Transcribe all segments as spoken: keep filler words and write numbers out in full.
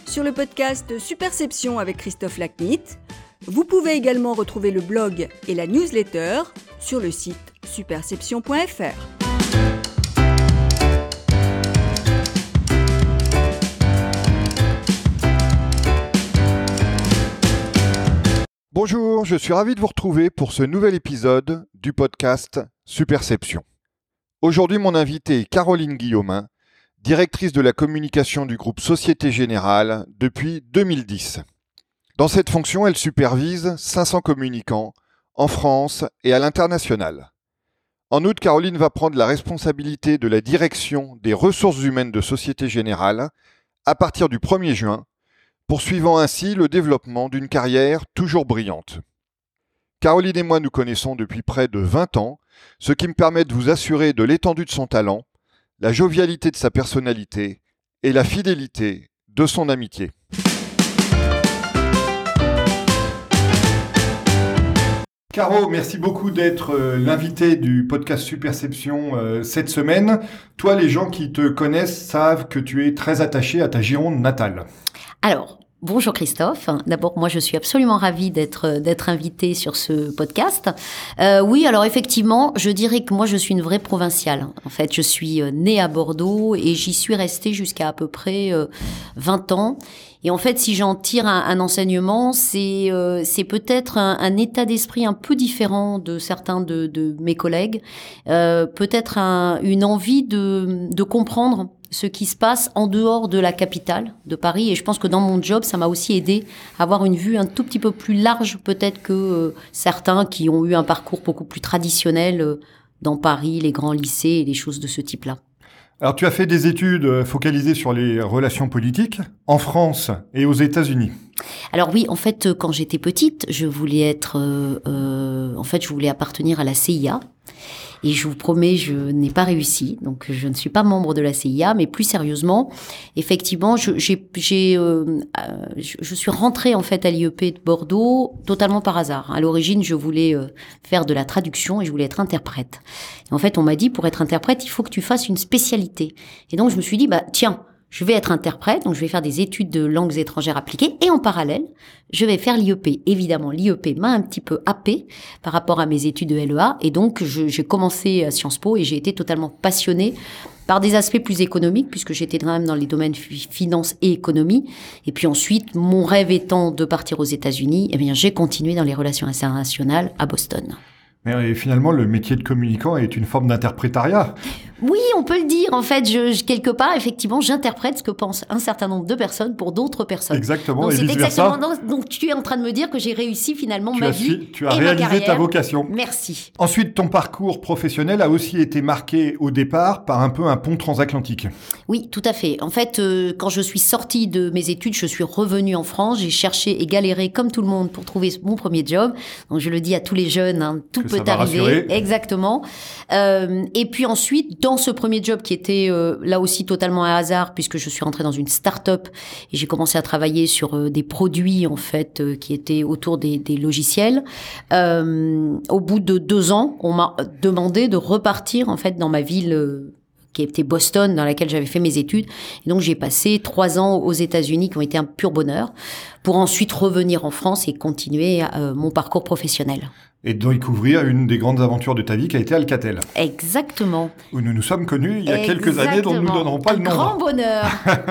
sur le podcast Superception avec Christophe Lacnit. Vous pouvez également retrouver le blog et la newsletter sur le site superception point f r. Bonjour, je suis ravi de vous retrouver pour ce nouvel épisode du podcast Superception. Aujourd'hui, mon invitée est Caroline Guillaumin, directrice de la communication du groupe Société Générale depuis deux mille dix. Dans cette fonction, elle supervise cinq cents communicants en France et à l'international. En outre, Caroline va prendre la responsabilité de la direction des ressources humaines de Société Générale à partir du premier juin, poursuivant ainsi le développement d'une carrière toujours brillante. Caroline et moi nous connaissons depuis près de vingt ans, ce qui me permet de vous assurer de l'étendue de son talent, la jovialité de sa personnalité et la fidélité de son amitié. Caro, merci beaucoup d'être euh, l'invité du podcast Superception euh, cette semaine. Toi, les gens qui te connaissent savent que tu es très attaché à ta Gironde natale. Alors, bonjour Christophe. D'abord, moi, je suis absolument ravie d'être d'être invitée sur ce podcast. Euh, oui, alors effectivement, je dirais que moi, je suis une vraie provinciale. En fait, je suis née à Bordeaux et j'y suis restée jusqu'à à peu près euh, vingt ans. Et en fait, si j'en tire un, un enseignement, c'est euh, c'est peut-être un, un état d'esprit un peu différent de certains de, de mes collègues. Euh, peut-être un, une envie de de comprendre ce qui se passe en dehors de la capitale de Paris. Et je pense que dans mon job, ça m'a aussi aidé à avoir une vue un tout petit peu plus large peut-être que euh, certains qui ont eu un parcours beaucoup plus traditionnel euh, dans Paris, les grands lycées et des choses de ce type-là. Alors, tu as fait des études focalisées sur les relations politiques en France et aux États-Unis. Alors oui, en fait, quand j'étais petite, je voulais être, euh, euh, en fait, je voulais appartenir à la C I A. Et je vous promets, je n'ai pas réussi. Donc, je ne suis pas membre de la C I A, mais plus sérieusement, effectivement, je, j'ai, j'ai, euh, je, je suis rentrée en fait à l'I E P de Bordeaux totalement par hasard. À l'origine, je voulais euh, faire de la traduction et je voulais être interprète. Et en fait, on m'a dit, pour être interprète, il faut que tu fasses une spécialité. Et donc, je me suis dit, bah tiens, je vais être interprète, donc je vais faire des études de langues étrangères appliquées, et en parallèle, je vais faire l'I E P. Évidemment, l'I E P m'a un petit peu happée par rapport à mes études de L E A, et donc je, j'ai commencé à Sciences Po et j'ai été totalement passionnée par des aspects plus économiques, puisque j'étais quand même dans les domaines finance et économie. Et puis ensuite, mon rêve étant de partir aux États-Unis, eh bien, j'ai continué dans les relations internationales à Boston. Mais finalement, le métier de communicant est une forme d'interprétariat. Oui, on peut le dire. En fait, je, je, quelque part, effectivement, j'interprète ce que pensent un certain nombre de personnes pour d'autres personnes. Exactement, donc, et c'est vice-versa. Exactement, donc, donc, tu es en train de me dire que j'ai réussi finalement tu ma as, vie Tu as et réalisé ma carrière. Ta vocation. Merci. Ensuite, ton parcours professionnel a aussi été marqué au départ par un peu un pont transatlantique. Oui, tout à fait. En fait, euh, quand je suis sortie de mes études, je suis revenue en France. J'ai cherché et galéré comme tout le monde pour trouver mon premier job. Donc, je le dis à tous les jeunes, hein, tout que peut arriver. Rassurer. Exactement. Euh, et puis ensuite, dans ce premier job qui était euh, là aussi totalement un hasard, puisque je suis rentrée dans une start-up et j'ai commencé à travailler sur euh, des produits en fait euh, qui étaient autour des, des logiciels. Euh, au bout de deux ans, on m'a demandé de repartir en fait dans ma ville euh, qui était Boston, dans laquelle j'avais fait mes études. Et donc, j'ai passé trois ans aux États-Unis qui ont été un pur bonheur pour ensuite revenir en France et continuer euh, mon parcours professionnel. Et de découvrir une des grandes aventures de ta vie qui a été Alcatel. Exactement. Où nous nous sommes connus il y a Exactement. quelques années dont nous ne donnerons pas un le nom. Grand bonheur.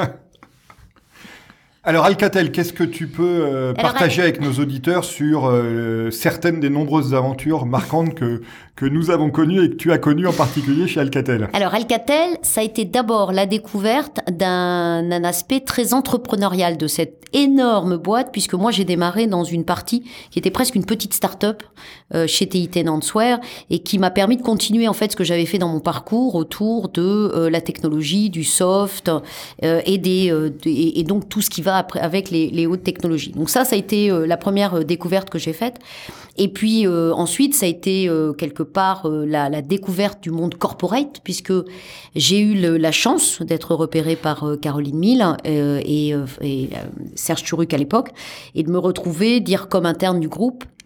Alors Alcatel, qu'est-ce que tu peux euh, Alors, partager Al... avec nos auditeurs sur euh, certaines des nombreuses aventures marquantes que, que nous avons connues et que tu as connues en particulier chez Alcatel? Alors Alcatel, ça a été d'abord la découverte d'un, d'un aspect très entrepreneurial de cette énorme boîte, puisque moi j'ai démarré dans une partie qui était presque une petite start-up euh, chez T I T Nandswear et qui m'a permis de continuer en fait ce que j'avais fait dans mon parcours autour de euh, la technologie, du soft euh, et, des, euh, et, et donc tout ce qui va après avec les, les hautes technologies. Donc ça, ça a été euh, la première découverte que j'ai faite. Et puis euh, ensuite, ça a été euh, quelque part euh, la, la découverte du monde corporate, puisque j'ai eu le, la chance d'être repérée par euh, Caroline Mille euh, et, euh, et euh, Serge Turuc à l'époque, et de me retrouver dire comme interne du groupe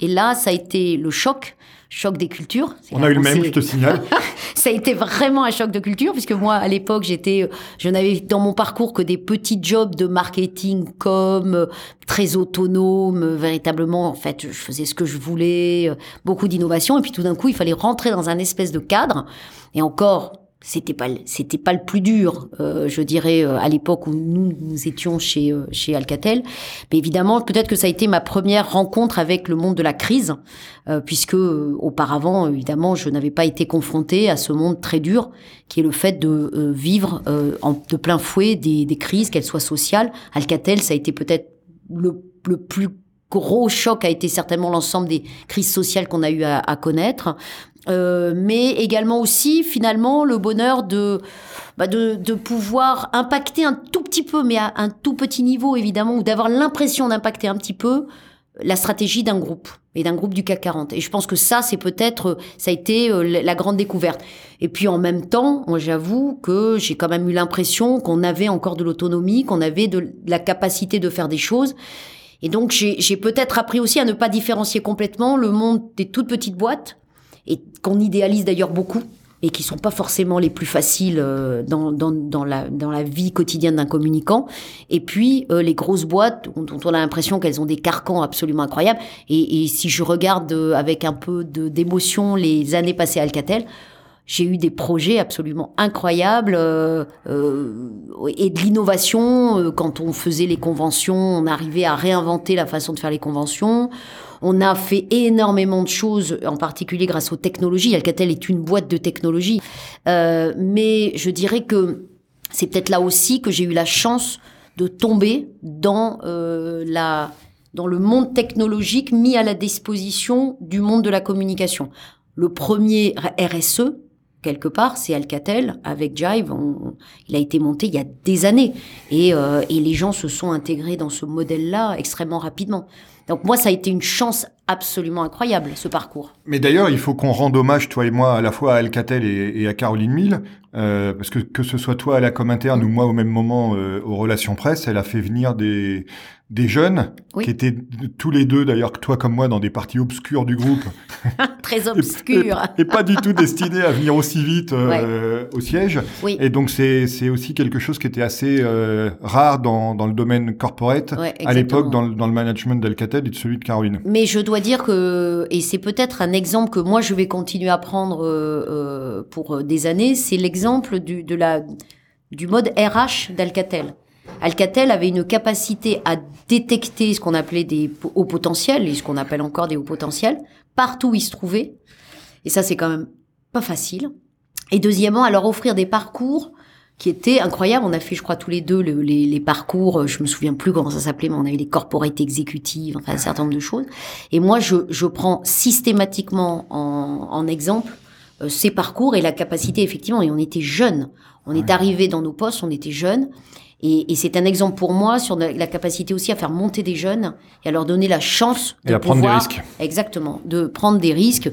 Et là, ça a été le choc, choc des cultures. C'est On a eu le même, je te signale. Ça a été vraiment un choc de culture, puisque moi, à l'époque, j'étais, je n'avais dans mon parcours que des petits jobs de marketing, com, très autonome, véritablement, en fait, je faisais ce que je voulais, beaucoup d'innovation, et puis tout d'un coup, il fallait rentrer dans un espèce de cadre, et encore, c'était pas c'était pas le plus dur, euh, je dirais, euh, à l'époque où nous nous étions chez euh, chez Alcatel, mais évidemment peut-être que ça a été ma première rencontre avec le monde de la crise, euh, puisque euh, auparavant évidemment je n'avais pas été confrontée à ce monde très dur qui est le fait de euh, vivre euh, en, de plein fouet des, des crises, qu'elles soient sociales. Alcatel, ça a été peut-être le le plus gros choc, a été certainement l'ensemble des crises sociales qu'on a eu à, à connaître. Euh, mais également aussi finalement le bonheur de, bah de de pouvoir impacter un tout petit peu, mais à un tout petit niveau évidemment, ou d'avoir l'impression d'impacter un petit peu la stratégie d'un groupe et d'un groupe du C A C quarante. Et je pense que ça, c'est peut-être, ça a été la grande découverte. Et puis en même temps, moi j'avoue que j'ai quand même eu l'impression qu'on avait encore de l'autonomie, qu'on avait de, de la capacité de faire des choses. Et donc j'ai, j'ai peut-être appris aussi à ne pas différencier complètement le monde des toutes petites boîtes, et qu'on idéalise d'ailleurs beaucoup, et qui sont pas forcément les plus faciles euh, dans, dans, dans, la, dans la vie quotidienne d'un communicant, et puis euh, les grosses boîtes dont on a l'impression qu'elles ont des carcans absolument incroyables. Et, et si je regarde euh, avec un peu de, d'émotion les années passées à Alcatel, j'ai eu des projets absolument incroyables euh, euh, et de l'innovation. Euh, quand on faisait les conventions, on arrivait à réinventer la façon de faire les conventions. On a fait énormément de choses, en particulier grâce aux technologies. Alcatel est une boîte de technologie. Euh, mais je dirais que c'est peut-être là aussi que j'ai eu la chance de tomber dans, euh, la, dans le monde technologique mis à la disposition du monde de la communication. Le premier R S E, quelque part, c'est Alcatel avec Jive. On, il a été monté il y a des années. Et, euh, et les gens se sont intégrés dans ce modèle-là extrêmement rapidement. Donc moi, ça a été une chance absolument incroyable, ce parcours. Mais d'ailleurs, il faut qu'on rende hommage, toi et moi, à la fois à Alcatel et, et à Caroline Mille, euh, parce que que ce soit toi à la com interne mmh. ou moi au même moment euh, aux relations presse, elle a fait venir des des jeunes oui. qui étaient tous les deux, d'ailleurs, que toi comme moi, dans des parties obscures du groupe. Très obscures. et, et, et pas du tout destinés à venir aussi vite euh, ouais. au siège. Oui. Et donc, c'est, c'est aussi quelque chose qui était assez euh, rare dans, dans le domaine corporate, ouais, à l'époque, dans le, dans le management d'Alcatel et de celui de Caroline. Mais je dois dire que, et c'est peut-être un exemple que moi, je vais continuer à prendre euh, pour des années, c'est l'exemple du, de la, du mode R H d'Alcatel. Alcatel avait une capacité à détecter ce qu'on appelait des hauts potentiels, et ce qu'on appelle encore des hauts potentiels, partout où ils se trouvaient. Et ça, c'est quand même pas facile. Et deuxièmement, à leur offrir des parcours qui étaient incroyables. On a fait, je crois, tous les deux le, les, les parcours, je me souviens plus comment ça s'appelait, mais on avait les corporate exécutives, enfin un certain nombre de choses. Et moi, je, je prends systématiquement en, en exemple euh, ces parcours et la capacité, effectivement, et on était jeunes. On ouais. est arrivés dans nos postes, on était jeunes. Et, et c'est un exemple pour moi sur la capacité aussi à faire monter des jeunes et à leur donner la chance de et à pouvoir, prendre des risques. Exactement, de prendre des risques.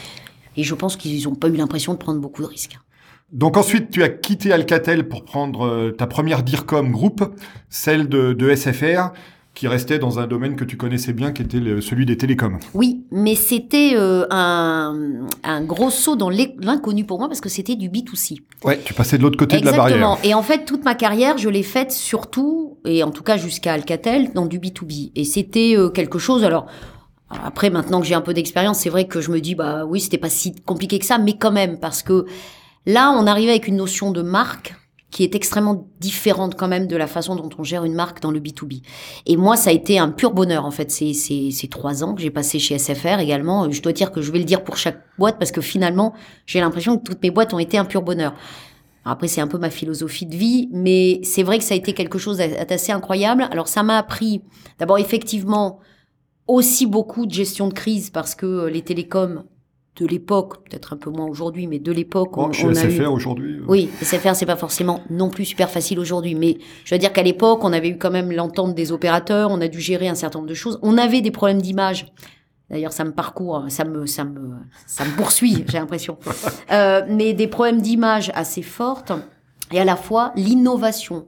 Et je pense qu'ils n'ont pas eu l'impression de prendre beaucoup de risques. Donc ensuite, tu as quitté Alcatel pour prendre euh, ta première DIRCOM groupe, celle de, de S F R, qui restait dans un domaine que tu connaissais bien, qui était le, celui des télécoms. Oui, mais c'était euh, un, un gros saut dans l'inconnu pour moi, parce que c'était du B deux C. Ouais, tu passais de l'autre côté Exactement. de la barrière. Et en fait, toute ma carrière, je l'ai faite surtout, et en tout cas jusqu'à Alcatel, dans du B deux B. Et c'était euh, quelque chose, alors... Après, maintenant que j'ai un peu d'expérience, c'est vrai que je me dis, bah oui, c'était pas si compliqué que ça, mais quand même, parce que là, on arrivait avec une notion de marque qui est extrêmement différente quand même de la façon dont on gère une marque dans le B deux B. Et moi, ça a été un pur bonheur, en fait, ces, ces, ces trois ans que j'ai passé chez S F R également. Je dois dire que je vais le dire pour chaque boîte, parce que finalement, j'ai l'impression que toutes mes boîtes ont été un pur bonheur. Après, c'est un peu ma philosophie de vie, mais c'est vrai que ça a été quelque chose d'assez incroyable. Alors, ça m'a appris, d'abord, effectivement, aussi beaucoup de gestion de crise, parce que les télécoms de l'époque, peut-être un peu moins aujourd'hui, mais de l'époque, bon, on, chez on S F R a eu... aujourd'hui. Euh... Oui, S F R, c'est pas forcément non plus super facile aujourd'hui, mais je veux dire qu'à l'époque, on avait eu quand même l'entente des opérateurs, on a dû gérer un certain nombre de choses, on avait des problèmes d'image. D'ailleurs, ça me parcourt, ça me, ça me, ça me poursuit, j'ai l'impression. Euh, mais des problèmes d'image assez fortes, et à la fois l'innovation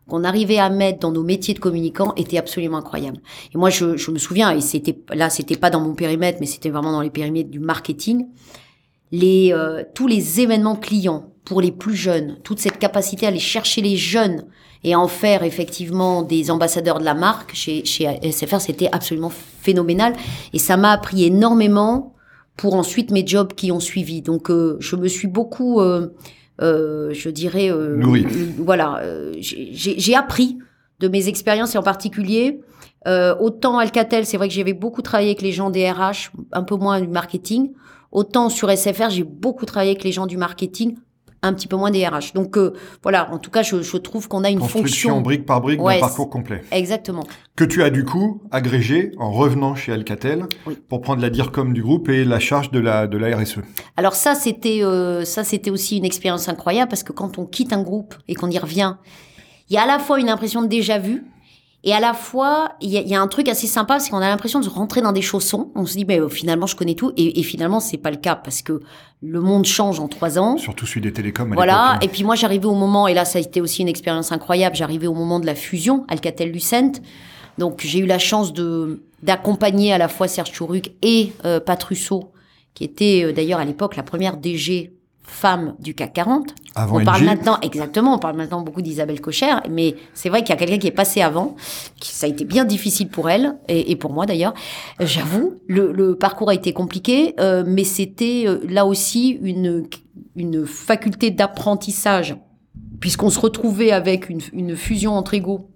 qu'on arrivait à mettre dans nos métiers de communicants était absolument incroyable. Et moi, je, je me souviens, et c'était là, c'était pas dans mon périmètre, mais c'était vraiment dans les périmètres du marketing, les euh, tous les événements clients pour les plus jeunes, toute cette capacité à aller chercher les jeunes et à en faire effectivement des ambassadeurs de la marque chez, chez S F R, c'était absolument phénoménal. Et ça m'a appris énormément pour ensuite mes jobs qui ont suivi. Donc, euh, je me suis beaucoup, euh, euh, je dirais, euh, nourri. Euh, voilà, euh, j'ai, j'ai appris de mes expériences et en particulier, euh, autant Alcatel, c'est vrai que j'avais beaucoup travaillé avec les gens des R H, un peu moins du marketing. Autant sur S F R, j'ai beaucoup travaillé avec les gens du marketing, un petit peu moins des R H. Donc euh, voilà, en tout cas, je, je trouve qu'on a une Construction fonction brique par brique ouais, d'un parcours complet. Exactement. Que tu as du coup agrégé en revenant chez Alcatel oui. pour prendre la DIRCOM du groupe et la charge de la de la R S E. Alors ça, c'était euh, ça, c'était aussi une expérience incroyable parce que quand on quitte un groupe et qu'on y revient, il y a à la fois une impression de déjà vu. Et à la fois, il y a, y a un truc assez sympa, c'est qu'on a l'impression de rentrer dans des chaussons. On se dit, mais euh, finalement, je connais tout. Et, et finalement, c'est pas le cas parce que le monde change en trois ans. Surtout celui des télécoms. À voilà. l'époque. Et puis moi, j'arrivais au moment, et là, ça a été aussi une expérience incroyable. J'arrivais au moment de la fusion Alcatel-Lucent. Donc, j'ai eu la chance de d'accompagner à la fois Serge Tchouruc et euh, Pat Russo, qui était euh, d'ailleurs à l'époque la première D G femme du C A C quarante. Avant on parle N G. maintenant, exactement, on parle maintenant beaucoup d'Isabelle Cocher, mais c'est vrai qu'il y a quelqu'un qui est passé avant, qui, ça a été bien difficile pour elle, et, et pour moi d'ailleurs, j'avoue, le, le parcours a été compliqué, euh, mais c'était euh, là aussi une, une faculté d'apprentissage, puisqu'on se retrouvait avec une, une fusion entre égaux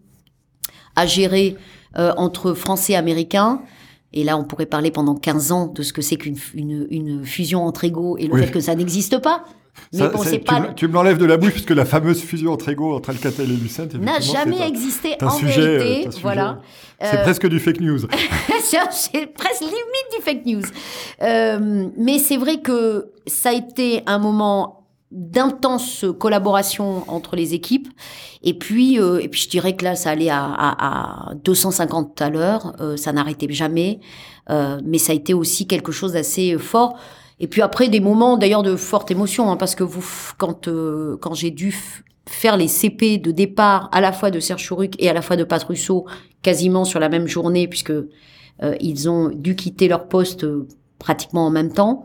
à gérer euh, entre Français et Américains. Et là, on pourrait parler pendant quinze ans de ce que c'est qu'une une, une fusion entre égaux et le oui. fait que ça n'existe pas. Mais ça, bon, c'est, c'est tu, pas... me, tu me l'enlèves de la bouche, puisque la fameuse fusion entre égaux entre Alcatel et Lucent n'a jamais existé un en sujet, vérité. un sujet, voilà. C'est euh... presque du fake news. c'est presque limite du fake news. Euh, mais c'est vrai que ça a été un moment d'intense collaboration entre les équipes. Et puis, euh, et puis je dirais que là, ça allait à, à, à deux cent cinquante à l'heure. Euh, ça n'arrêtait jamais. Euh, mais ça a été aussi quelque chose d'assez fort. Et puis après, des moments d'ailleurs de forte émotion, hein, parce que vous, quand euh, quand j'ai dû f- faire les C P de départ à la fois de Serge Tchouruc et à la fois de Pat Russo, quasiment sur la même journée, puisque euh, ils ont dû quitter leur poste euh, pratiquement en même temps,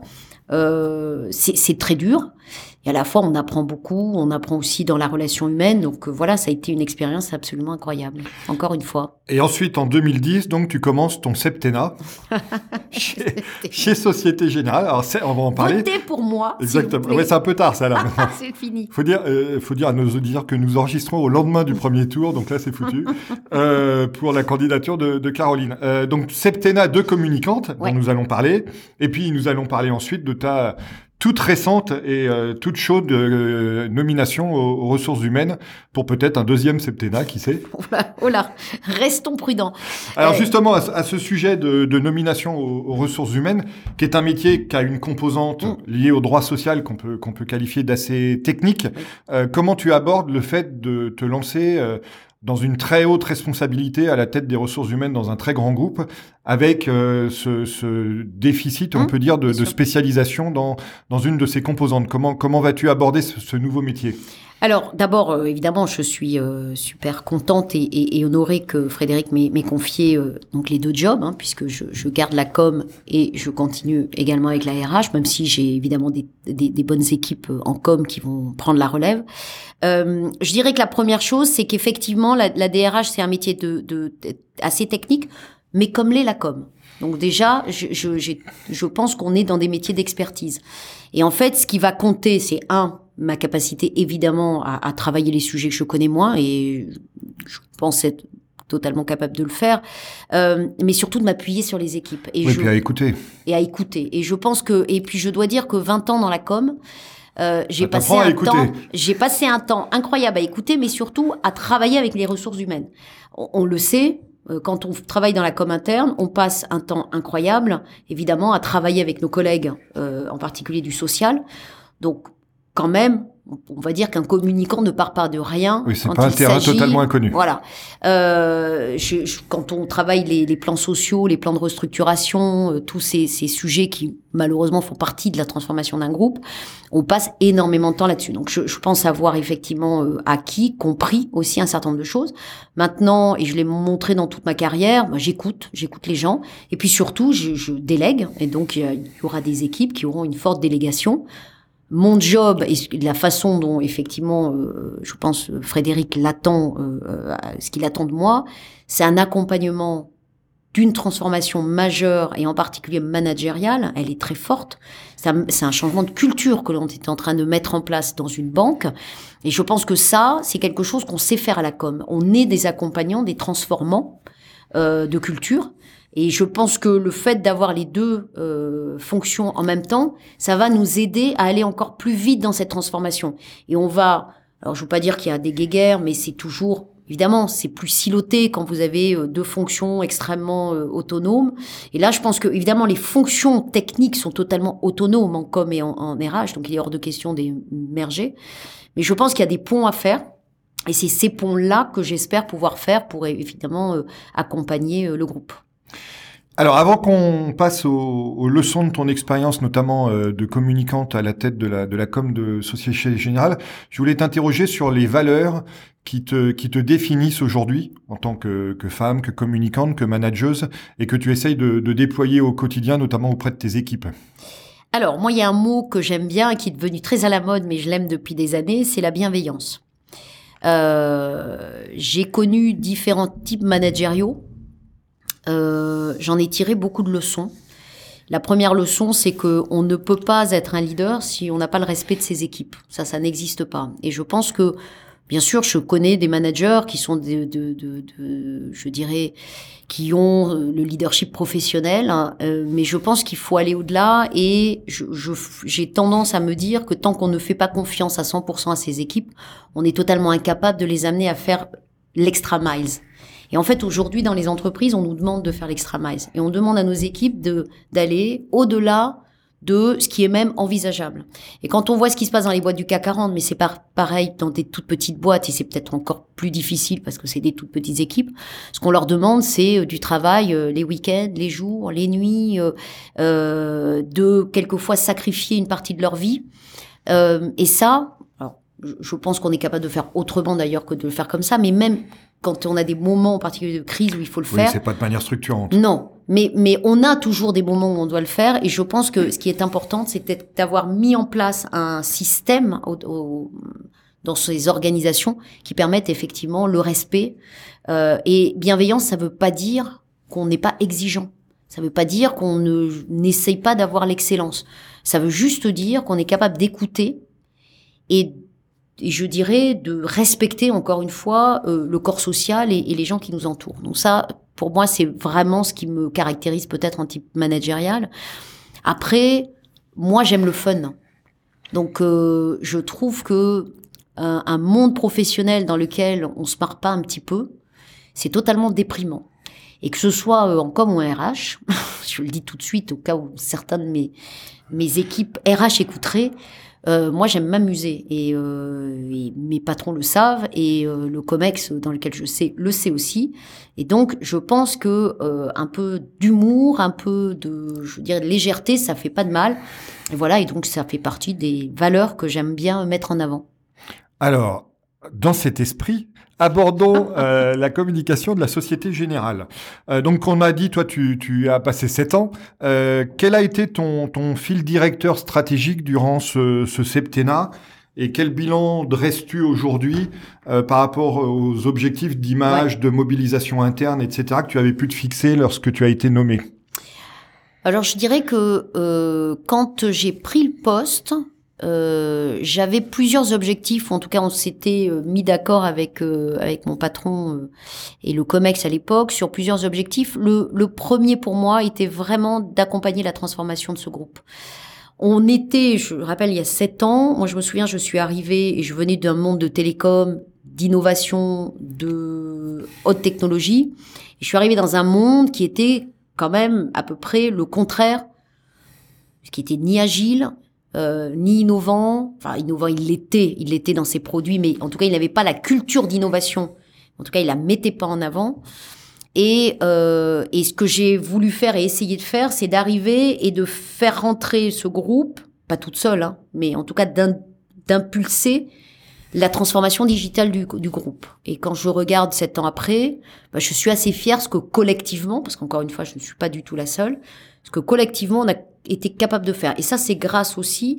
euh, c'est, c'est très dur. Et à la fois, on apprend beaucoup, on apprend aussi dans la relation humaine. Donc euh, voilà, ça a été une expérience absolument incroyable, encore une fois. Et ensuite, en deux mille dix, donc tu commences ton septennat chez, chez Société Générale. Alors, c'est, on va en parler. Votez pour moi. Exactement. Ouais, c'est un peu tard, ça, là. C'est fini. Faut dire, euh, faut dire à nos auditeurs que nous enregistrons au lendemain du premier tour, donc là, c'est foutu, euh, pour la candidature de, de Caroline. Euh, donc, septennat de communicante, ouais. dont nous allons parler. Et puis, nous allons parler ensuite de ta toute récente et euh, toute chaude euh, nomination aux, aux ressources humaines pour peut-être un deuxième septennat, qui sait. Oh là, oh là, restons prudents. Alors euh... justement, à, à ce sujet de, de nomination aux, aux ressources humaines, qui est un métier qui a une composante mmh. liée au droit social qu'on peut, qu'on peut qualifier d'assez technique, oui. euh, comment tu abordes le fait de te lancer euh, dans une très haute responsabilité à la tête des ressources humaines dans un très grand groupe, avec euh, ce, ce déficit, on mmh, peut dire, de, de spécialisation dans, dans une de ces composantes. Comment, comment vas-tu aborder ce, ce nouveau métier ? Alors, d'abord, euh, évidemment, je suis euh, super contente et, et, et honorée que Frédéric m'ait, m'ait confié euh, donc les deux jobs, hein, puisque je, je garde la com et je continue également avec la R H, même si j'ai évidemment des, des, des bonnes équipes en com qui vont prendre la relève. Euh, je dirais que la première chose, c'est qu'effectivement, la, la D R H, c'est un métier de, de, de assez technique, mais comme l'est la com. Donc déjà, je, je, j'ai, je pense qu'on est dans des métiers d'expertise. Et en fait, ce qui va compter, c'est un, ma capacité évidemment à, à travailler les sujets que je connais moins, et je pense être totalement capable de le faire, euh, mais surtout de m'appuyer sur les équipes. Et oui, je, puis à écouter. Et à écouter. Et je pense que, et puis je dois dire que vingt ans dans la com, Euh, j'ai passé un temps, j'ai passé un temps incroyable à écouter, mais surtout à travailler avec les ressources humaines. On, on le sait, euh, quand on travaille dans la com interne, on passe un temps incroyable, évidemment, à travailler avec nos collègues, euh, en particulier du social. Donc, quand même, on va dire qu'un communicant ne part pas de rien. Oui, c'est pas un terrain totalement inconnu. Voilà. Euh, je, je, quand on travaille les, les plans sociaux, les plans de restructuration, euh, tous ces, ces sujets qui malheureusement font partie de la transformation d'un groupe, on passe énormément de temps là-dessus. Donc, je, je pense avoir effectivement euh, acquis, compris aussi un certain nombre de choses. Maintenant, et je l'ai montré dans toute ma carrière, bah, j'écoute, j'écoute les gens, et puis surtout, je, je délègue. Et donc, il y aura des équipes qui auront une forte délégation. Mon job et la façon dont effectivement, euh, je pense Frédéric l'attend, euh, ce qu'il attend de moi, c'est un accompagnement d'une transformation majeure et en particulier managériale. Elle est très forte. C'est un, c'est un changement de culture que l'on est en train de mettre en place dans une banque. Et je pense que ça, c'est quelque chose qu'on sait faire à la com. On est des accompagnants, des transformants euh, de culture. Et je pense que le fait d'avoir les deux euh, fonctions en même temps, ça va nous aider à aller encore plus vite dans cette transformation. Et on va, alors je veux pas dire qu'il y a des guéguerres, mais c'est toujours, évidemment, c'est plus siloté quand vous avez euh, deux fonctions extrêmement euh, autonomes. Et là, je pense que évidemment les fonctions techniques sont totalement autonomes en com et en, en R H, donc il est hors de question d'émerger. Mais je pense qu'il y a des ponts à faire. Et c'est ces ponts-là que j'espère pouvoir faire pour évidemment euh, accompagner euh, le groupe. Alors, avant qu'on passe aux, aux leçons de ton expérience, notamment euh, de communicante à la tête de la, de la com de Société Générale, je voulais t'interroger sur les valeurs qui te, qui te définissent aujourd'hui en tant que, que femme, que communicante, que manageuse, et que tu essayes de, de déployer au quotidien, notamment auprès de tes équipes. Alors, moi, il y a un mot que j'aime bien et qui est devenu très à la mode, mais je l'aime depuis des années, c'est la bienveillance. Euh, j'ai connu différents types managériaux. Euh, j'en ai tiré beaucoup de leçons. La première leçon, c'est que on ne peut pas être un leader si on n'a pas le respect de ses équipes. Ça, ça n'existe pas. Et je pense que, bien sûr, je connais des managers qui sont de, de, de, de je dirais, qui ont le leadership professionnel, hein, euh, mais je pense qu'il faut aller au-delà. Et je, je, j'ai tendance à me dire que tant qu'on ne fait pas confiance à cent pour cent à ses équipes, on est totalement incapable de les amener à faire l'extra miles. Et en fait, aujourd'hui, dans les entreprises, on nous demande de faire l'extra miles. Et on demande à nos équipes de, d'aller au-delà de ce qui est même envisageable. Et quand on voit ce qui se passe dans les boîtes du C A C quarante, mais c'est par, pareil dans des toutes petites boîtes, et c'est peut-être encore plus difficile parce que c'est des toutes petites équipes, ce qu'on leur demande, c'est euh, du travail euh, les week-ends, les jours, les nuits, euh, euh, de quelquefois sacrifier une partie de leur vie. Euh, et ça, alors, je pense qu'on est capable de faire autrement d'ailleurs que de le faire comme ça, mais même quand on a des moments en particulier de crise où il faut le oui, faire. C'est pas de manière structurante. Non, mais mais on a toujours des moments où on doit le faire, et je pense que ce qui est important, c'est peut-être d'avoir mis en place un système au, au, dans ces organisations qui permettent effectivement le respect. Euh, et bienveillance, ça veut pas dire qu'on n'est pas exigeant. Ça veut pas dire qu'on ne n'essaye pas d'avoir l'excellence. Ça veut juste dire qu'on est capable d'écouter et Et je dirais de respecter encore une fois euh, le corps social et, et les gens qui nous entourent. Donc ça, pour moi, c'est vraiment ce qui me caractérise peut-être en type managérial. Après, moi, j'aime le fun. Donc, euh, je trouve que un, un monde professionnel dans lequel on se marre pas un petit peu, c'est totalement déprimant. Et que ce soit euh, en com ou en R H, je le dis tout de suite au cas où certains de mes mes équipes R H écouteraient. Euh, moi, j'aime m'amuser et, euh, et mes patrons le savent et euh, le COMEX dans lequel je sais le sait aussi. Et donc, je pense que euh, un peu d'humour, un peu de, je veux dire, de légèreté, ça fait pas de mal. Et voilà, et donc ça fait partie des valeurs que j'aime bien mettre en avant. Alors, dans cet esprit, abordons euh, la communication de la Société Générale. Euh, donc, on a dit, toi, tu, tu as passé sept ans. Euh, quel a été ton, ton fil directeur stratégique durant ce, ce septennat et quel bilan dresses-tu aujourd'hui euh, par rapport aux objectifs d'image, ouais. de mobilisation interne, et cetera, que tu avais pu te fixer lorsque tu as été nommé? Alors, je dirais que euh, quand j'ai pris le poste, Euh, j'avais plusieurs objectifs, en tout cas on s'était euh, mis d'accord avec euh, avec mon patron euh, et le COMEX à l'époque sur plusieurs objectifs. Le, le premier pour moi était vraiment d'accompagner la transformation de ce groupe. On était, je rappelle, il y a sept ans, moi je me souviens, je suis arrivée et je venais d'un monde de télécom, d'innovation, de haute technologie. Et je suis arrivée dans un monde qui était quand même à peu près le contraire, qui était ni agile, euh, ni innovant. Enfin, innovant, il l'était, il l'était dans ses produits, mais en tout cas, il n'avait pas la culture d'innovation. En tout cas, il la mettait pas en avant. Et, euh, et ce que j'ai voulu faire et essayer de faire, c'est d'arriver et de faire rentrer ce groupe, pas toute seule, hein, mais en tout cas d'im- d'impulser la transformation digitale du, du groupe. Et quand je regarde sept ans après, bah, je suis assez fière parce que collectivement, parce qu'encore une fois, je ne suis pas du tout la seule, parce que collectivement, on a été capable de faire. Et ça, c'est grâce aussi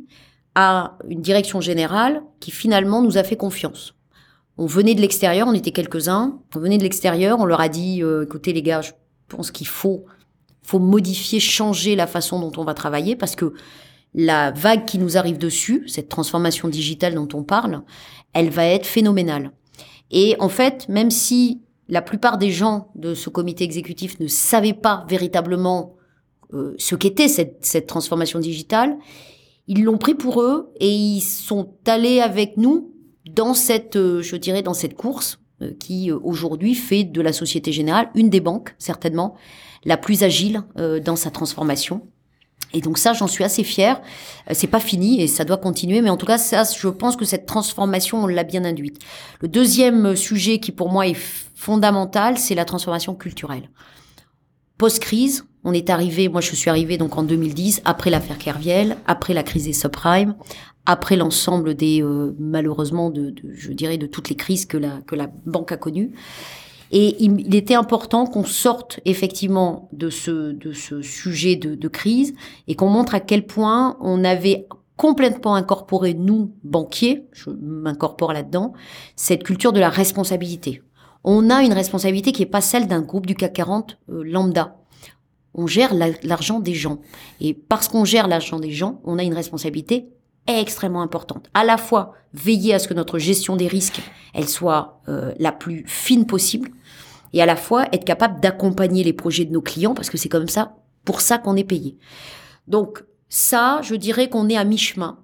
à une direction générale qui finalement nous a fait confiance. On venait de l'extérieur, on était quelques-uns, on venait de l'extérieur, on leur a dit, euh, écoutez les gars, je pense qu'il faut, faut modifier, changer la façon dont on va travailler parce que la vague qui nous arrive dessus, cette transformation digitale dont on parle, elle va être phénoménale. Et en fait, même si la plupart des gens de ce comité exécutif ne savaient pas véritablement euh, ce qu'était cette, cette transformation digitale, ils l'ont pris pour eux et ils sont allés avec nous dans cette, euh, je dirais, dans cette course euh, qui euh, aujourd'hui fait de la Société Générale une des banques, certainement, la plus agile euh, dans sa transformation. Et donc ça, j'en suis assez fière. Euh, c'est pas fini et ça doit continuer, mais en tout cas, ça, je pense que cette transformation, on l'a bien induite. Le deuxième sujet qui pour moi est f- fondamental, c'est la transformation culturelle. Post-crise, on est arrivé, moi je suis arrivée donc en deux mille dix, après l'affaire Kerviel, après la crise des subprimes, après l'ensemble des, euh, malheureusement, de, de, je dirais, de toutes les crises que la, que la banque a connues. Et il, il était important qu'on sorte effectivement de ce, de ce sujet de, de crise et qu'on montre à quel point on avait complètement incorporé, nous, banquiers, je m'incorpore là-dedans, cette culture de la responsabilité. On a une responsabilité qui n'est pas celle d'un groupe du C A C quarante euh, lambda. On gère la, l'argent des gens. Et parce qu'on gère l'argent des gens, on a une responsabilité extrêmement importante. À la fois, veiller à ce que notre gestion des risques, elle soit euh, la plus fine possible, et à la fois être capable d'accompagner les projets de nos clients, parce que c'est comme ça, pour ça qu'on est payé. Donc ça, je dirais qu'on est à mi-chemin.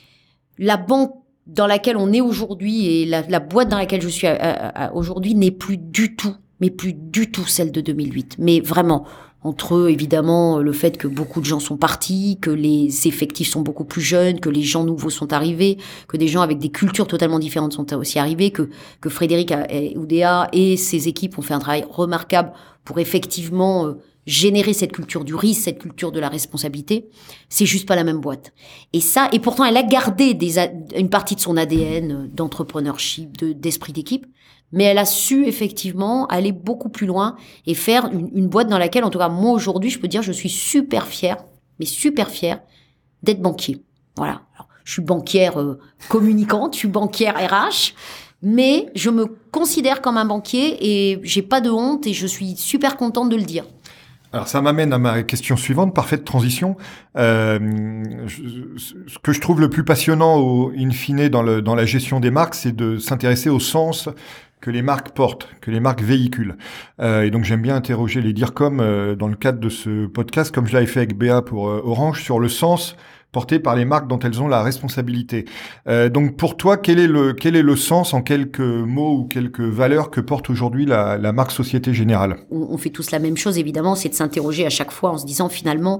La banque dans laquelle on est aujourd'hui et la, la boîte dans laquelle je suis à, à, à, aujourd'hui n'est plus du tout, mais plus du tout celle de deux mille huit. Mais vraiment, entre eux, évidemment, le fait que beaucoup de gens sont partis, que les effectifs sont beaucoup plus jeunes, que les gens nouveaux sont arrivés, que des gens avec des cultures totalement différentes sont aussi arrivés, que, que Frédéric Oudéa et ses équipes ont fait un travail remarquable pour effectivement euh, générer cette culture du risque, cette culture de la responsabilité. C'est juste pas la même boîte. Et ça, et pourtant, elle a gardé des, une partie de son A D N d'entrepreneurship, de, d'esprit d'équipe, mais elle a su effectivement aller beaucoup plus loin et faire une, une boîte dans laquelle, en tout cas moi aujourd'hui, je peux dire je suis super fière, mais super fière d'être banquier. Voilà. Alors, je suis banquière euh, communicante, je suis banquière R H, mais je me considère comme un banquier et j'ai pas de honte et je suis super contente de le dire. Alors ça m'amène à ma question suivante, parfaite transition. Euh, je, ce que je trouve le plus passionnant au in fine dans, le, dans la gestion des marques, c'est de s'intéresser au sens que les marques portent, que les marques véhiculent. Euh, et donc j'aime bien interroger les DIRCOM euh, dans le cadre de ce podcast, comme je l'avais fait avec Béa pour euh, Orange, sur le sens porté par les marques dont elles ont la responsabilité. Euh, donc pour toi, quel est le quel est le sens en quelques mots ou quelques valeurs que porte aujourd'hui la, la marque Société Générale ? On, on fait tous la même chose, évidemment, c'est de s'interroger à chaque fois en se disant finalement,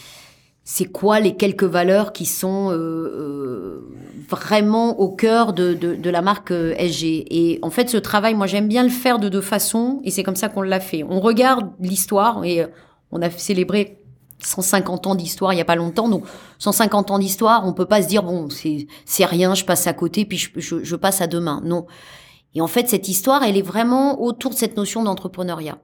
c'est quoi les quelques valeurs qui sont euh, euh, vraiment au cœur de, de, de la marque euh, S G. Et en fait, ce travail, moi, j'aime bien le faire de deux façons, et c'est comme ça qu'on l'a fait. On regarde l'histoire, et euh, on a célébré cent cinquante ans d'histoire il y a pas longtemps, donc cent cinquante ans d'histoire, on peut pas se dire bon c'est c'est rien, je passe à côté puis je, je, je passe à demain. Non. Et en fait cette histoire, elle est vraiment autour de cette notion d'entrepreneuriat.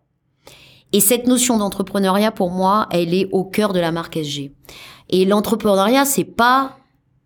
Et cette notion d'entrepreneuriat pour moi, elle est au cœur de la marque S G. Et l'entrepreneuriat, c'est pas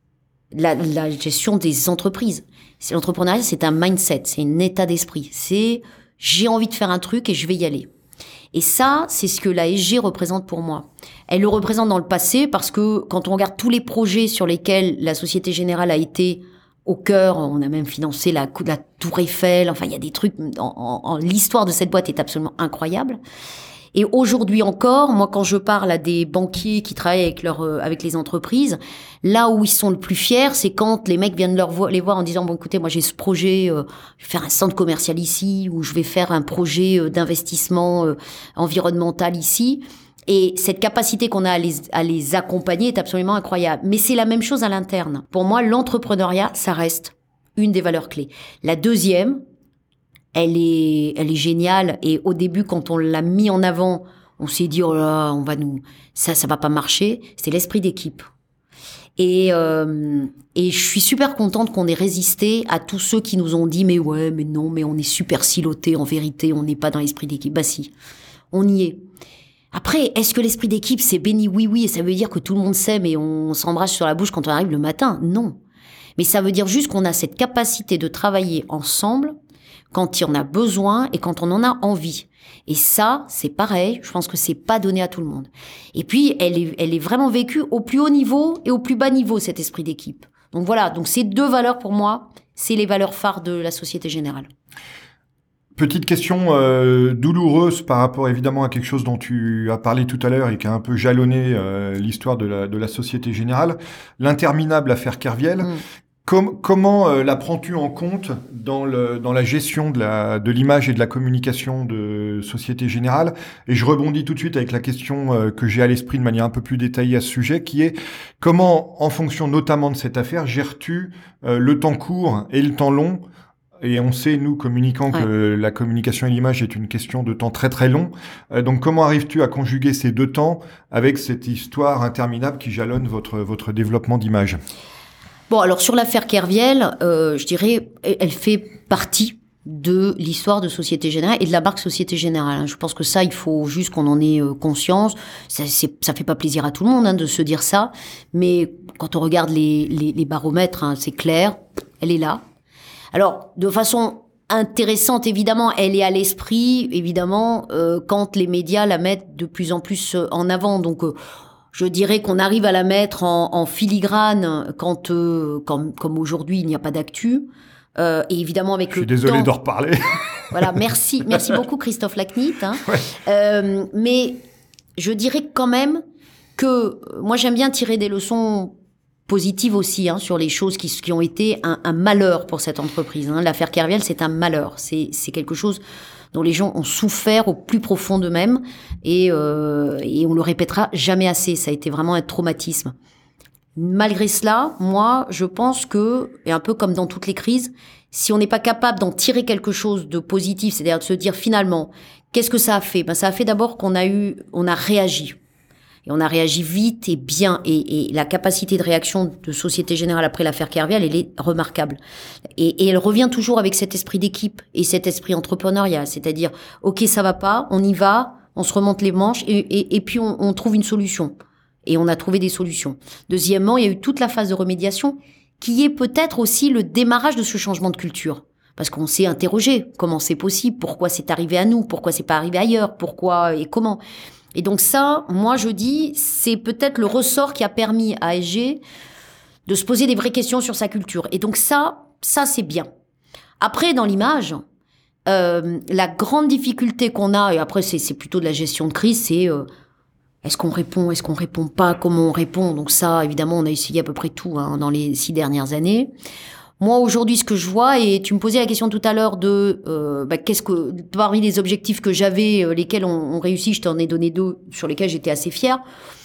la, la gestion des entreprises. C'est l'entrepreneuriat, c'est un mindset, c'est un état d'esprit. C'est j'ai envie de faire un truc et je vais y aller. Et ça, c'est ce que la S G représente pour moi. Elle le représente dans le passé parce que quand on regarde tous les projets sur lesquels la Société Générale a été au cœur, on a même financé la, la Tour Eiffel, enfin il y a des trucs, en, en, en, l'histoire de cette boîte est absolument incroyable. Et aujourd'hui encore, moi quand je parle à des banquiers qui travaillent avec, leur, euh, avec les entreprises, là où ils sont le plus fiers, c'est quand les mecs viennent leur vo- les voir en disant « Bon écoutez, moi j'ai ce projet, euh, je vais faire un centre commercial ici, ou je vais faire un projet euh, d'investissement euh, environnemental ici ». Et cette capacité qu'on a à les, à les accompagner est absolument incroyable. Mais c'est la même chose à l'interne. Pour moi, l'entrepreneuriat, ça reste une des valeurs clés. La deuxième, elle est, elle est géniale. Et au début, quand on l'a mis en avant, on s'est dit, oh là, on va nous, ça, ça va pas marcher. C'est l'esprit d'équipe. Et, euh, et je suis super contente qu'on ait résisté à tous ceux qui nous ont dit, mais ouais, mais non, mais on est super silotés. En vérité, on n'est pas dans l'esprit d'équipe. Bah si, on y est. Après, est-ce que l'esprit d'équipe, c'est béni? Oui, oui, et ça veut dire que tout le monde s'aime et on s'embrasse sur la bouche quand on arrive le matin? Non. Mais ça veut dire juste qu'on a cette capacité de travailler ensemble quand il y en a besoin et quand on en a envie. Et ça, c'est pareil, je pense que c'est pas donné à tout le monde. Et puis, elle est, elle est vraiment vécue au plus haut niveau et au plus bas niveau, cet esprit d'équipe. Donc voilà, donc ces deux valeurs pour moi, c'est les valeurs phares de la Société Générale. Petite question euh, douloureuse par rapport évidemment à quelque chose dont tu as parlé tout à l'heure et qui a un peu jalonné euh, l'histoire de la, de la Société Générale, l'interminable affaire Kerviel. Mmh. Com- comment euh, la prends-tu en compte dans, le, dans la gestion de, la, de l'image et de la communication de Société Générale? Et je rebondis tout de suite avec la question euh, que j'ai à l'esprit de manière un peu plus détaillée à ce sujet, qui est comment, en fonction notamment de cette affaire, gères-tu euh, le temps court et le temps long? Et on sait, nous, communicants, ouais. que la communication et l'image est une question de temps très très long. Euh, donc, comment arrives-tu à conjuguer ces deux temps avec cette histoire interminable qui jalonne votre, votre développement d'image? Bon, alors sur l'affaire Kerviel, euh, je dirais, elle fait partie de l'histoire de Société Générale et de la marque Société Générale. Je pense que ça, il faut juste qu'on en ait conscience. Ça, c'est, ça fait pas plaisir à tout le monde hein, de se dire ça, mais quand on regarde les, les, les baromètres, hein, c'est clair, elle est là. Alors, de façon intéressante, évidemment, elle est à l'esprit, évidemment, euh, quand les médias la mettent de plus en plus en avant. Donc, euh, je dirais qu'on arrive à la mettre en, en filigrane quand, euh, comme, comme aujourd'hui, il n'y a pas d'actu. Euh, et évidemment, avec le temps... Je suis désolé d'en reparler. Voilà, merci. Merci beaucoup, Christophe Lacnit. Hein. Ouais. Euh, mais je dirais quand même que moi, j'aime bien tirer des leçons positive aussi hein, sur les choses qui, qui ont été un, un malheur pour cette entreprise. Hein. L'affaire Kerviel, c'est un malheur. C'est, c'est quelque chose dont les gens ont souffert au plus profond d'eux-mêmes et, euh, et on le répétera jamais assez. Ça a été vraiment un traumatisme. Malgré cela, moi, je pense que, et un peu comme dans toutes les crises, si on n'est pas capable d'en tirer quelque chose de positif, c'est-à-dire de se dire finalement, qu'est-ce que ça a fait? Ben, ça a fait d'abord qu'on a eu, on a réagi. Et on a réagi vite et bien. Et, et la capacité de réaction de Société Générale après l'affaire Kerviel, elle est remarquable. Et, et elle revient toujours avec cet esprit d'équipe et cet esprit entrepreneurial. C'est-à-dire, OK, ça va pas, on y va, on se remonte les manches et, et, et puis on, on trouve une solution. Et on a trouvé des solutions. Deuxièmement, il y a eu toute la phase de remédiation qui est peut-être aussi le démarrage de ce changement de culture. Parce qu'on s'est interrogé. Comment c'est possible? Pourquoi c'est arrivé à nous? Pourquoi c'est pas arrivé ailleurs? Pourquoi et comment? Et donc ça, moi je dis, c'est peut-être le ressort qui a permis à S G de se poser des vraies questions sur sa culture. Et donc ça, ça c'est bien. Après, dans l'image, euh, la grande difficulté qu'on a, et après c'est, c'est plutôt de la gestion de crise, c'est euh, est-ce qu'on répond, est-ce qu'on répond pas, comment on répond. Donc ça, évidemment, on a essayé à peu près tout hein, dans les six dernières années. Moi, aujourd'hui, ce que je vois, et tu me posais la question tout à l'heure de euh, bah, qu'est-ce que parmi les objectifs que j'avais, euh, lesquels on, on réussit, je t'en ai donné deux sur lesquels j'étais assez fière.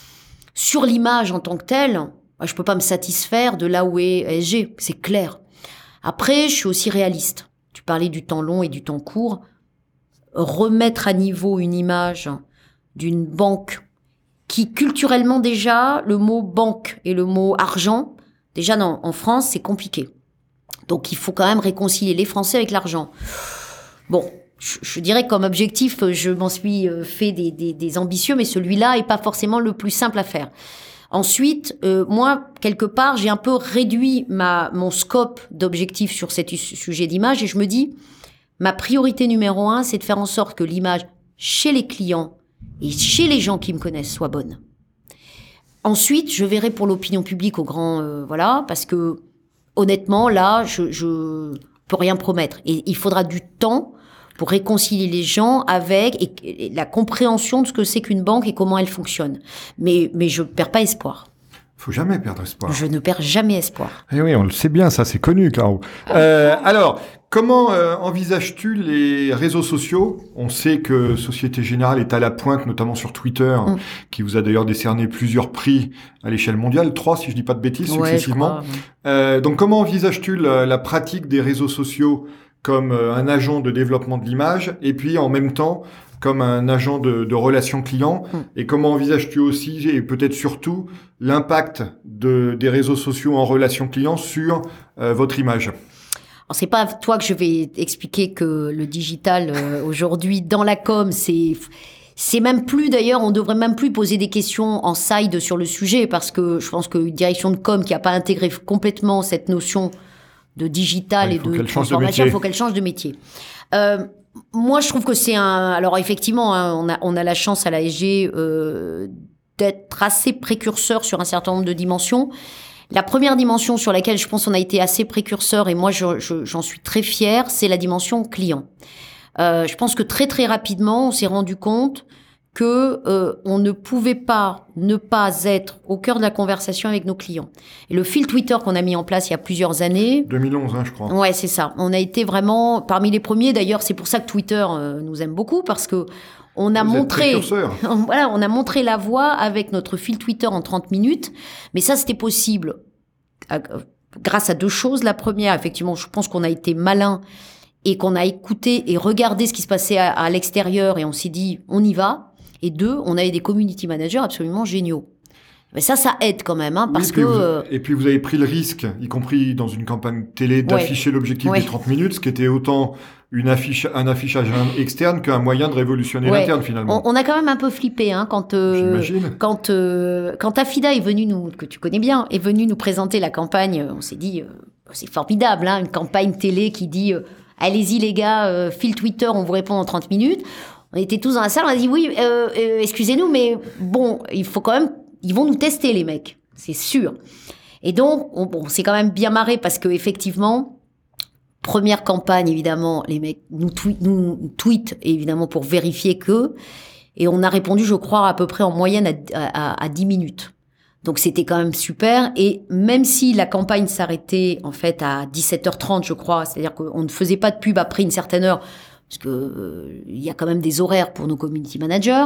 Sur l'image en tant que telle, bah, je peux pas me satisfaire de là où est S G, c'est clair. Après, je suis aussi réaliste. Tu parlais du temps long et du temps court. Remettre à niveau une image d'une banque qui, culturellement déjà, le mot banque et le mot argent, déjà non, en France, c'est compliqué. Donc, il faut quand même réconcilier les Français avec l'argent. Bon, je, je dirais que comme objectif, je m'en suis fait des, des, des ambitieux, mais celui-là est pas forcément le plus simple à faire. Ensuite, euh, moi, quelque part, j'ai un peu réduit ma mon scope d'objectifs sur cet sujet d'image et je me dis, ma priorité numéro un, c'est de faire en sorte que l'image chez les clients et chez les gens qui me connaissent soit bonne. Ensuite, je verrai pour l'opinion publique au grand, euh, voilà, parce que honnêtement, là, je, je peux rien promettre. Et il faudra du temps pour réconcilier les gens avec et, et la compréhension de ce que c'est qu'une banque et comment elle fonctionne. Mais, mais je perds pas espoir. Faut jamais perdre espoir. Je ne perds jamais espoir. Eh oui, on le sait bien, ça c'est connu, Caro. Euh, alors, comment euh, envisages-tu les réseaux sociaux ? On sait que Société Générale est à la pointe, notamment sur Twitter, mm. qui vous a d'ailleurs décerné plusieurs prix à l'échelle mondiale, trois si je dis pas de bêtises, ouais, successivement. Crois, ouais. euh, donc, comment envisages-tu la, la pratique des réseaux sociaux comme euh, un agent de développement de l'image, et puis en même temps comme un agent de, de relations clients, mm. et comment envisages-tu aussi, et peut-être surtout, l'impact de, des réseaux sociaux en relations clients sur euh, votre image ? Alors, c'est pas à toi que je vais expliquer que le digital, euh, aujourd'hui, dans la com, c'est... C'est même plus, d'ailleurs, on devrait même plus poser des questions en side sur le sujet, parce que je pense qu'une direction de com qui a pas intégré complètement cette notion de digital ouais, et de transformation, il faut qu'elle change de métier. Euh, Moi, je trouve que c'est un... Alors, effectivement, hein, on, a, on a la chance à l'A S G euh, d'être assez précurseur sur un certain nombre de dimensions. La première dimension sur laquelle je pense qu'on a été assez précurseur, et moi, je, je, j'en suis très fière, c'est la dimension client. Euh, je pense que très, très rapidement, on s'est rendu compte que euh, on ne pouvait pas ne pas être au cœur de la conversation avec nos clients. Et le fil Twitter qu'on a mis en place il y a plusieurs années... deux mille onze, hein, je crois. Ouais, c'est ça. On a été vraiment parmi les premiers. D'ailleurs, c'est pour ça que Twitter euh, nous aime beaucoup, parce que on a Vous montré... êtes voilà, on a montré la voie avec notre fil Twitter en trente minutes. Mais ça, c'était possible euh, grâce à deux choses. La première, effectivement, je pense qu'on a été malin et qu'on a écouté et regardé ce qui se passait à, à l'extérieur, et on s'est dit, on y va. Et deux, on avait des community managers absolument géniaux. Mais ça, ça aide quand même, hein, parce oui, et que... Vous, euh... et puis vous avez pris le risque, y compris dans une campagne télé, d'afficher ouais. l'objectif ouais. des trente minutes, ce qui était autant une affiche, un affichage externe qu'un moyen de révolutionner ouais. l'interne, finalement. On, on a quand même un peu flippé, hein, quand, euh, quand, euh, quand Afida est venue nous, que tu connais bien, est venue nous présenter la campagne, on s'est dit, euh, c'est formidable, hein, une campagne télé qui dit, euh, allez-y les gars, euh, fil Twitter, on vous répond en trente minutes. On était tous dans la salle, on a dit oui, euh, euh, excusez-nous, mais bon, il faut quand même, ils vont nous tester les mecs, c'est sûr. Et donc, on, bon, c'est quand même bien marré parce que effectivement, première campagne évidemment, les mecs nous, twi- nous tweetent évidemment pour vérifier que, et on a répondu, je crois, à peu près en moyenne à, à, à dix minutes. Donc c'était quand même super. Et même si la campagne s'arrêtait en fait à dix-sept heures trente, je crois, c'est-à-dire qu'on ne faisait pas de pub après une certaine heure. Parce que euh, il y a quand même des horaires pour nos community managers.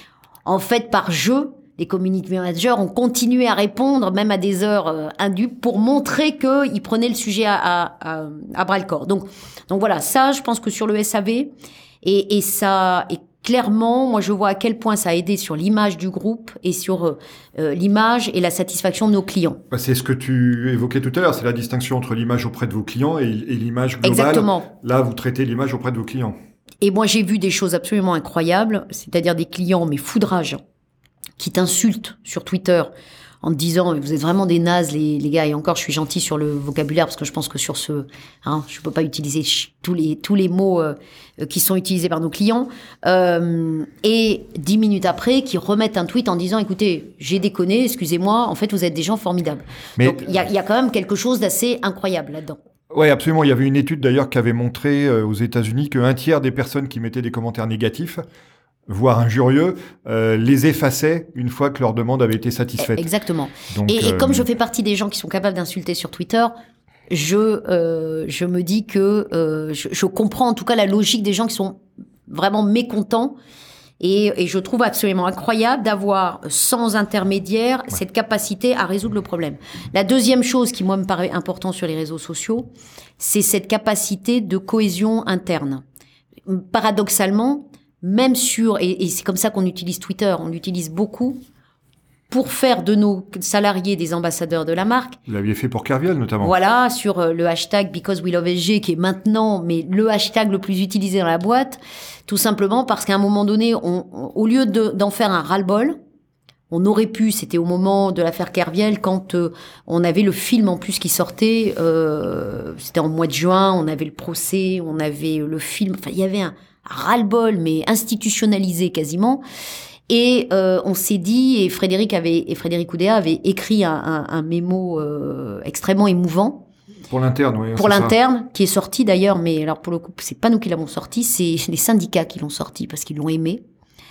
En fait, par jeu, les community managers ont continué à répondre, même à des heures euh, indues, pour montrer qu'ils prenaient le sujet à, à, à, à bras-le-corps. Donc, donc voilà, ça, je pense que sur le S A V, et, et ça, et clairement, moi, je vois à quel point ça a aidé sur l'image du groupe et sur euh, l'image et la satisfaction de nos clients. Bah, c'est ce que tu évoquais tout à l'heure, c'est la distinction entre l'image auprès de vos clients et, et l'image globale. Exactement. Là, vous traitez l'image auprès de vos clients. Et moi, j'ai vu des choses absolument incroyables, c'est-à-dire des clients, mais foudrage, qui t'insultent sur Twitter en te disant « vous êtes vraiment des nazes, les, les gars », et encore, je suis gentille sur le vocabulaire, parce que je pense que sur ce... Hein, je peux pas utiliser ch- tous les, tous les mots euh, qui sont utilisés par nos clients. Euh, et dix minutes après, qui remettent un tweet en disant « écoutez, j'ai déconné, excusez-moi, en fait, vous êtes des gens formidables ». Donc, il y a, y a quand même quelque chose d'assez incroyable là-dedans. Oui, absolument. Il y avait une étude d'ailleurs qui avait montré euh, aux États-Unis qu'un tiers des personnes qui mettaient des commentaires négatifs, voire injurieux, euh, les effaçaient une fois que leur demande avait été satisfaite. Exactement. Donc, et, euh... et comme je fais partie des gens qui sont capables d'insulter sur Twitter, je euh, je me dis que euh, je, je comprends en tout cas la logique des gens qui sont vraiment mécontents. Et, et je trouve absolument incroyable d'avoir, sans intermédiaire, ouais. cette capacité à résoudre le problème. La deuxième chose qui, moi, me paraît importante sur les réseaux sociaux, c'est cette capacité de cohésion interne. Paradoxalement, même sur, et, et c'est comme ça qu'on utilise Twitter, on l'utilise beaucoup, pour faire de nos salariés des ambassadeurs de la marque. Vous l'aviez fait pour Kerviel, notamment. Voilà, sur le hashtag Because We Love S G, qui est maintenant, mais le hashtag le plus utilisé dans la boîte, tout simplement parce qu'à un moment donné, on, on, au lieu de, d'en faire un ras-le-bol, on aurait pu, c'était au moment de l'affaire Kerviel, quand euh, on avait le film en plus qui sortait, euh, c'était en mois de juin, on avait le procès, on avait le film, enfin il y avait un ras-le-bol, mais institutionnalisé quasiment. Et euh, on s'est dit, et Frédéric avait, et Frédéric Oudéa avait écrit un, un, un mémo euh, extrêmement émouvant. Pour l'interne, oui. Pour l'interne, ça. Qui est sorti d'ailleurs, mais alors pour le coup, c'est pas nous qui l'avons sorti, c'est les syndicats qui l'ont sorti parce qu'ils l'ont aimé.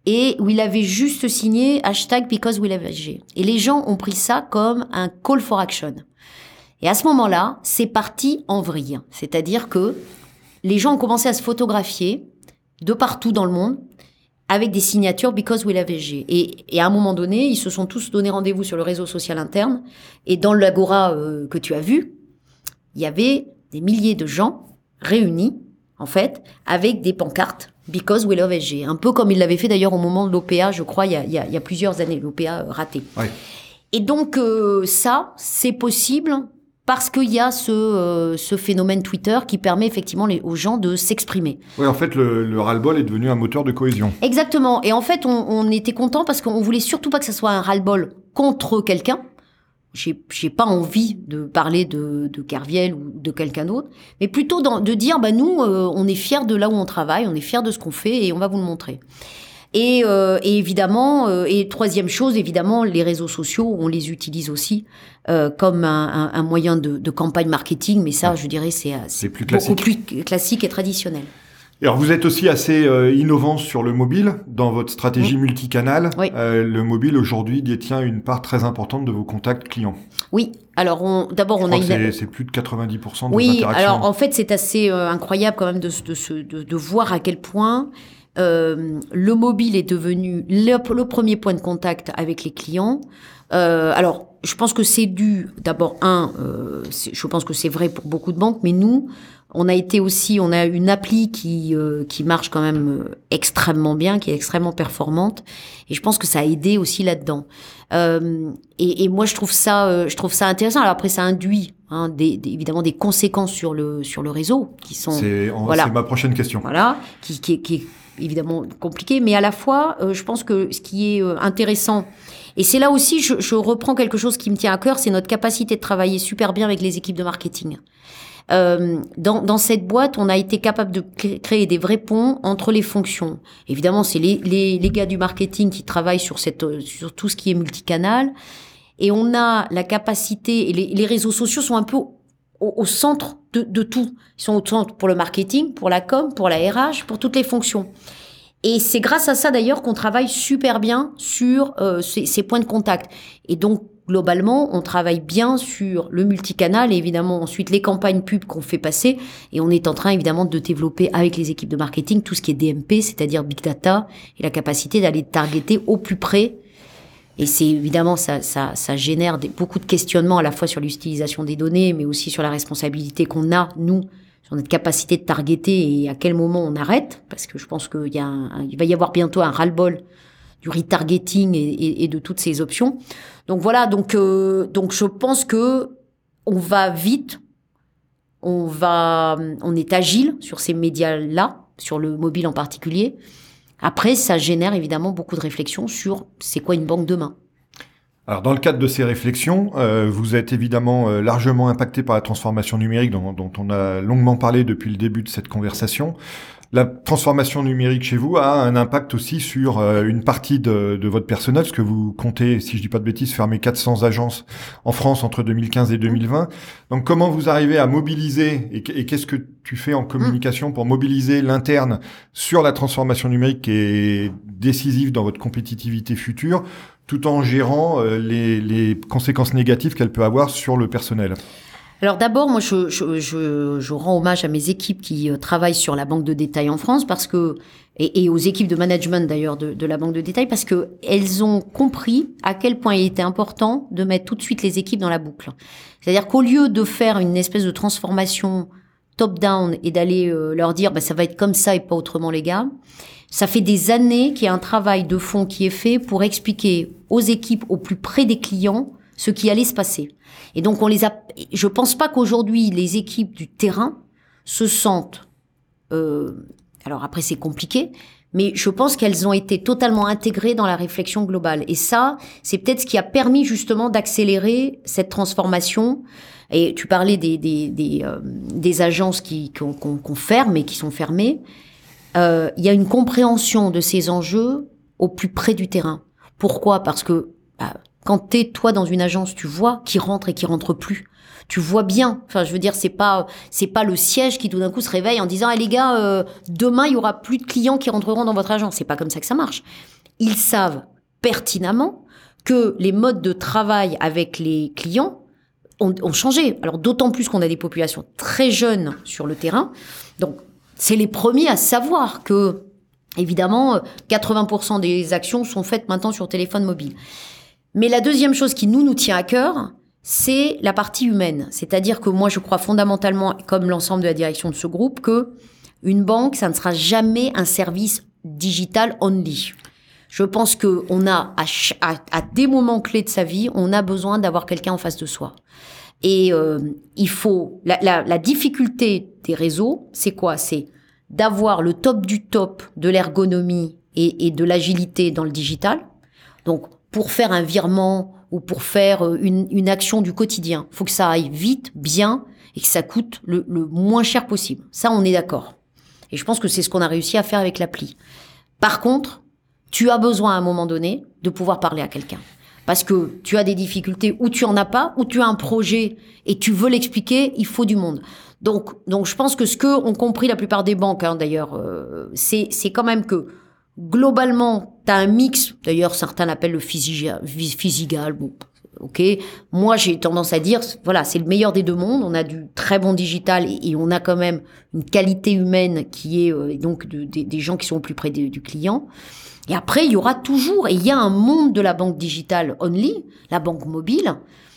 et où il avait juste signé hashtag because we love S G. Et les gens ont pris ça comme un call for action. Et à ce moment-là, c'est parti en vrille. C'est-à-dire que les gens ont commencé à se photographier de partout dans le monde avec des signatures because we love S G. Et, et à un moment donné, ils se sont tous donné rendez-vous sur le réseau social interne. Et dans l'agora euh, que tu as vu, il y avait des milliers de gens réunis, en fait, avec des pancartes because we love S G. Un peu comme ils l'avaient fait d'ailleurs au moment de l'O P A, je crois, il y a, il y a, il y a plusieurs années, l'O P A raté. Oui. Et donc, euh, ça, c'est possible parce qu'il y a ce, euh, ce phénomène Twitter qui permet effectivement les, aux gens de s'exprimer. Oui, en fait, le, le ras-le-bol est devenu un moteur de cohésion. Exactement. Et en fait, on, on était content parce qu'on voulait surtout pas que ça soit un ras-le-bol contre quelqu'un. J'ai, j'ai pas envie de parler de, de Kerviel ou de quelqu'un d'autre, mais plutôt dans, de dire, bah nous, euh, on est fiers de là où on travaille, on est fiers de ce qu'on fait et on va vous le montrer. Et, euh, et évidemment, euh, et troisième chose, évidemment, les réseaux sociaux, on les utilise aussi euh, comme un, un, un moyen de, de campagne marketing, mais ça, je dirais, c'est, c'est, plus beaucoup classique. plus classique et traditionnel. Et alors, vous êtes aussi assez euh, innovant sur le mobile, dans votre stratégie oui. multicanal. Oui. Euh, le mobile, aujourd'hui, détient une part très importante de vos contacts clients. Oui. Alors, on, d'abord, je on crois a que une... c'est, c'est plus de quatre-vingt-dix pour cent de oui, vos interactions. Alors, en fait, c'est assez euh, incroyable quand même de, de, de, de voir à quel point euh, le mobile est devenu le, le premier point de contact avec les clients. Euh, alors, je pense que c'est dû, d'abord, un, euh, c'est, je pense que c'est vrai pour beaucoup de banques, mais nous, on a été aussi, on a une appli qui euh, qui marche quand même euh, extrêmement bien, qui est extrêmement performante, et je pense que ça a aidé aussi là-dedans. Euh, et, et moi, je trouve ça, euh, je trouve ça intéressant. Alors après, ça induit hein, des, des, évidemment des conséquences sur le sur le réseau qui sont. C'est, en, voilà, c'est ma prochaine question. Voilà, qui qui, qui est évidemment compliqué, mais à la fois, euh, je pense que ce qui est euh, intéressant. Et c'est là aussi, je, je reprends quelque chose qui me tient à cœur, c'est notre capacité de travailler super bien avec les équipes de marketing. Euh, dans, dans cette boîte, on a été capable de créer des vrais ponts entre les fonctions. Évidemment, c'est les, les, les gars du marketing qui travaillent sur, cette, sur tout ce qui est multicanal. Et on a la capacité, et les, les réseaux sociaux sont un peu au, au centre de, de tout. Ils sont au centre pour le marketing, pour la com, pour la R H, pour toutes les fonctions. Et c'est grâce à ça d'ailleurs qu'on travaille super bien sur euh, ces, ces points de contact. Et donc, globalement, on travaille bien sur le multicanal et évidemment ensuite les campagnes pub qu'on fait passer. Et on est en train évidemment de développer avec les équipes de marketing tout ce qui est D M P, c'est-à-dire Big Data, et la capacité d'aller targeter au plus près. Et c'est évidemment, ça, ça, ça génère des, beaucoup de questionnements à la fois sur l'utilisation des données, mais aussi sur la responsabilité qu'on a, nous, sur notre capacité de targeter et à quel moment on arrête. Parce que je pense qu'il y a un, un, il va y avoir bientôt un ras-le-bol du retargeting et, et, et de toutes ces options. Donc voilà, donc euh, donc je pense que on va vite, on va, on est agile sur ces médias-là, sur le mobile en particulier. Après, ça génère évidemment beaucoup de réflexions sur c'est quoi une banque demain. Alors, dans le cadre de ces réflexions, euh, vous êtes évidemment euh, largement impacté par la transformation numérique dont, dont on a longuement parlé depuis le début de cette conversation. La transformation numérique chez vous a un impact aussi sur euh, une partie de, de votre personnel, parce que vous comptez, si je dis pas de bêtises, fermer quatre cents agences en France entre deux mille quinze et deux mille vingt. Donc, comment vous arrivez à mobiliser et, et qu'est-ce que tu fais en communication pour mobiliser l'interne sur la transformation numérique qui est décisive dans votre compétitivité future, tout en gérant euh, les, les conséquences négatives qu'elle peut avoir sur le personnel? Alors d'abord, moi, je, je, je, je rends hommage à mes équipes qui euh, travaillent sur la banque de détail en France, parce que et, et aux équipes de management d'ailleurs de, de la banque de détail, parce que elles ont compris à quel point il était important de mettre tout de suite les équipes dans la boucle. C'est-à-dire qu'au lieu de faire une espèce de transformation top-down et d'aller euh, leur dire bah, ça va être comme ça et pas autrement les gars, ça fait des années qu'il y a un travail de fond qui est fait pour expliquer aux équipes au plus près des clients ce qui allait se passer. Et donc, on les a. Je pense pas qu'aujourd'hui les équipes du terrain se sentent. Euh, alors après, c'est compliqué, mais je pense qu'elles ont été totalement intégrées dans la réflexion globale. Et ça, c'est peut-être ce qui a permis justement d'accélérer cette transformation. Et tu parlais des des des, euh, des agences qui qu'on, qu'on, qu'on ferme et qui sont fermées. Euh, il y a une compréhension de ces enjeux au plus près du terrain. Pourquoi ? Parce que bah, quand t'es, toi, dans une agence, tu vois qui rentre et qui rentre plus. Tu vois bien. Enfin, je veux dire, c'est pas, c'est pas le siège qui tout d'un coup se réveille en disant, ah, les gars, euh, demain, il y aura plus de clients qui rentreront dans votre agence. C'est pas comme ça que ça marche. Ils savent pertinemment que les modes de travail avec les clients ont, ont changé. Alors, d'autant plus qu'on a des populations très jeunes sur le terrain. Donc, c'est les premiers à savoir que, évidemment, quatre-vingts pour cent des actions sont faites maintenant sur téléphone mobile. Mais la deuxième chose qui nous, nous tient à cœur, c'est la partie humaine. C'est-à-dire que moi, je crois fondamentalement, comme l'ensemble de la direction de ce groupe, que une banque, ça ne sera jamais un service digital only. Je pense que on a, à, à, à des moments clés de sa vie, on a besoin d'avoir quelqu'un en face de soi. Et euh, il faut... La, la, la difficulté des réseaux, c'est quoi? C'est d'avoir le top du top de l'ergonomie et, et de l'agilité dans le digital. Donc, pour faire un virement ou pour faire une, une action du quotidien, faut que ça aille vite, bien, et que ça coûte le, le moins cher possible. Ça, on est d'accord. Et je pense que c'est ce qu'on a réussi à faire avec l'appli. Par contre, tu as besoin à un moment donné de pouvoir parler à quelqu'un. Parce que tu as des difficultés ou tu en as pas, ou tu as un projet et tu veux l'expliquer, il faut du monde. Donc, donc je pense que ce que ont compris la plupart des banques, hein, d'ailleurs, euh, c'est, c'est quand même que globalement, tu as un mix. D'ailleurs, certains l'appellent le physigal. physigal bon, ok. Moi, j'ai tendance à dire, voilà, c'est le meilleur des deux mondes. On a du très bon digital et, et on a quand même une qualité humaine qui est euh, donc de, de, des gens qui sont au plus près de, du client. Et après, il y aura toujours, et il y a un monde de la banque digitale only, la banque mobile.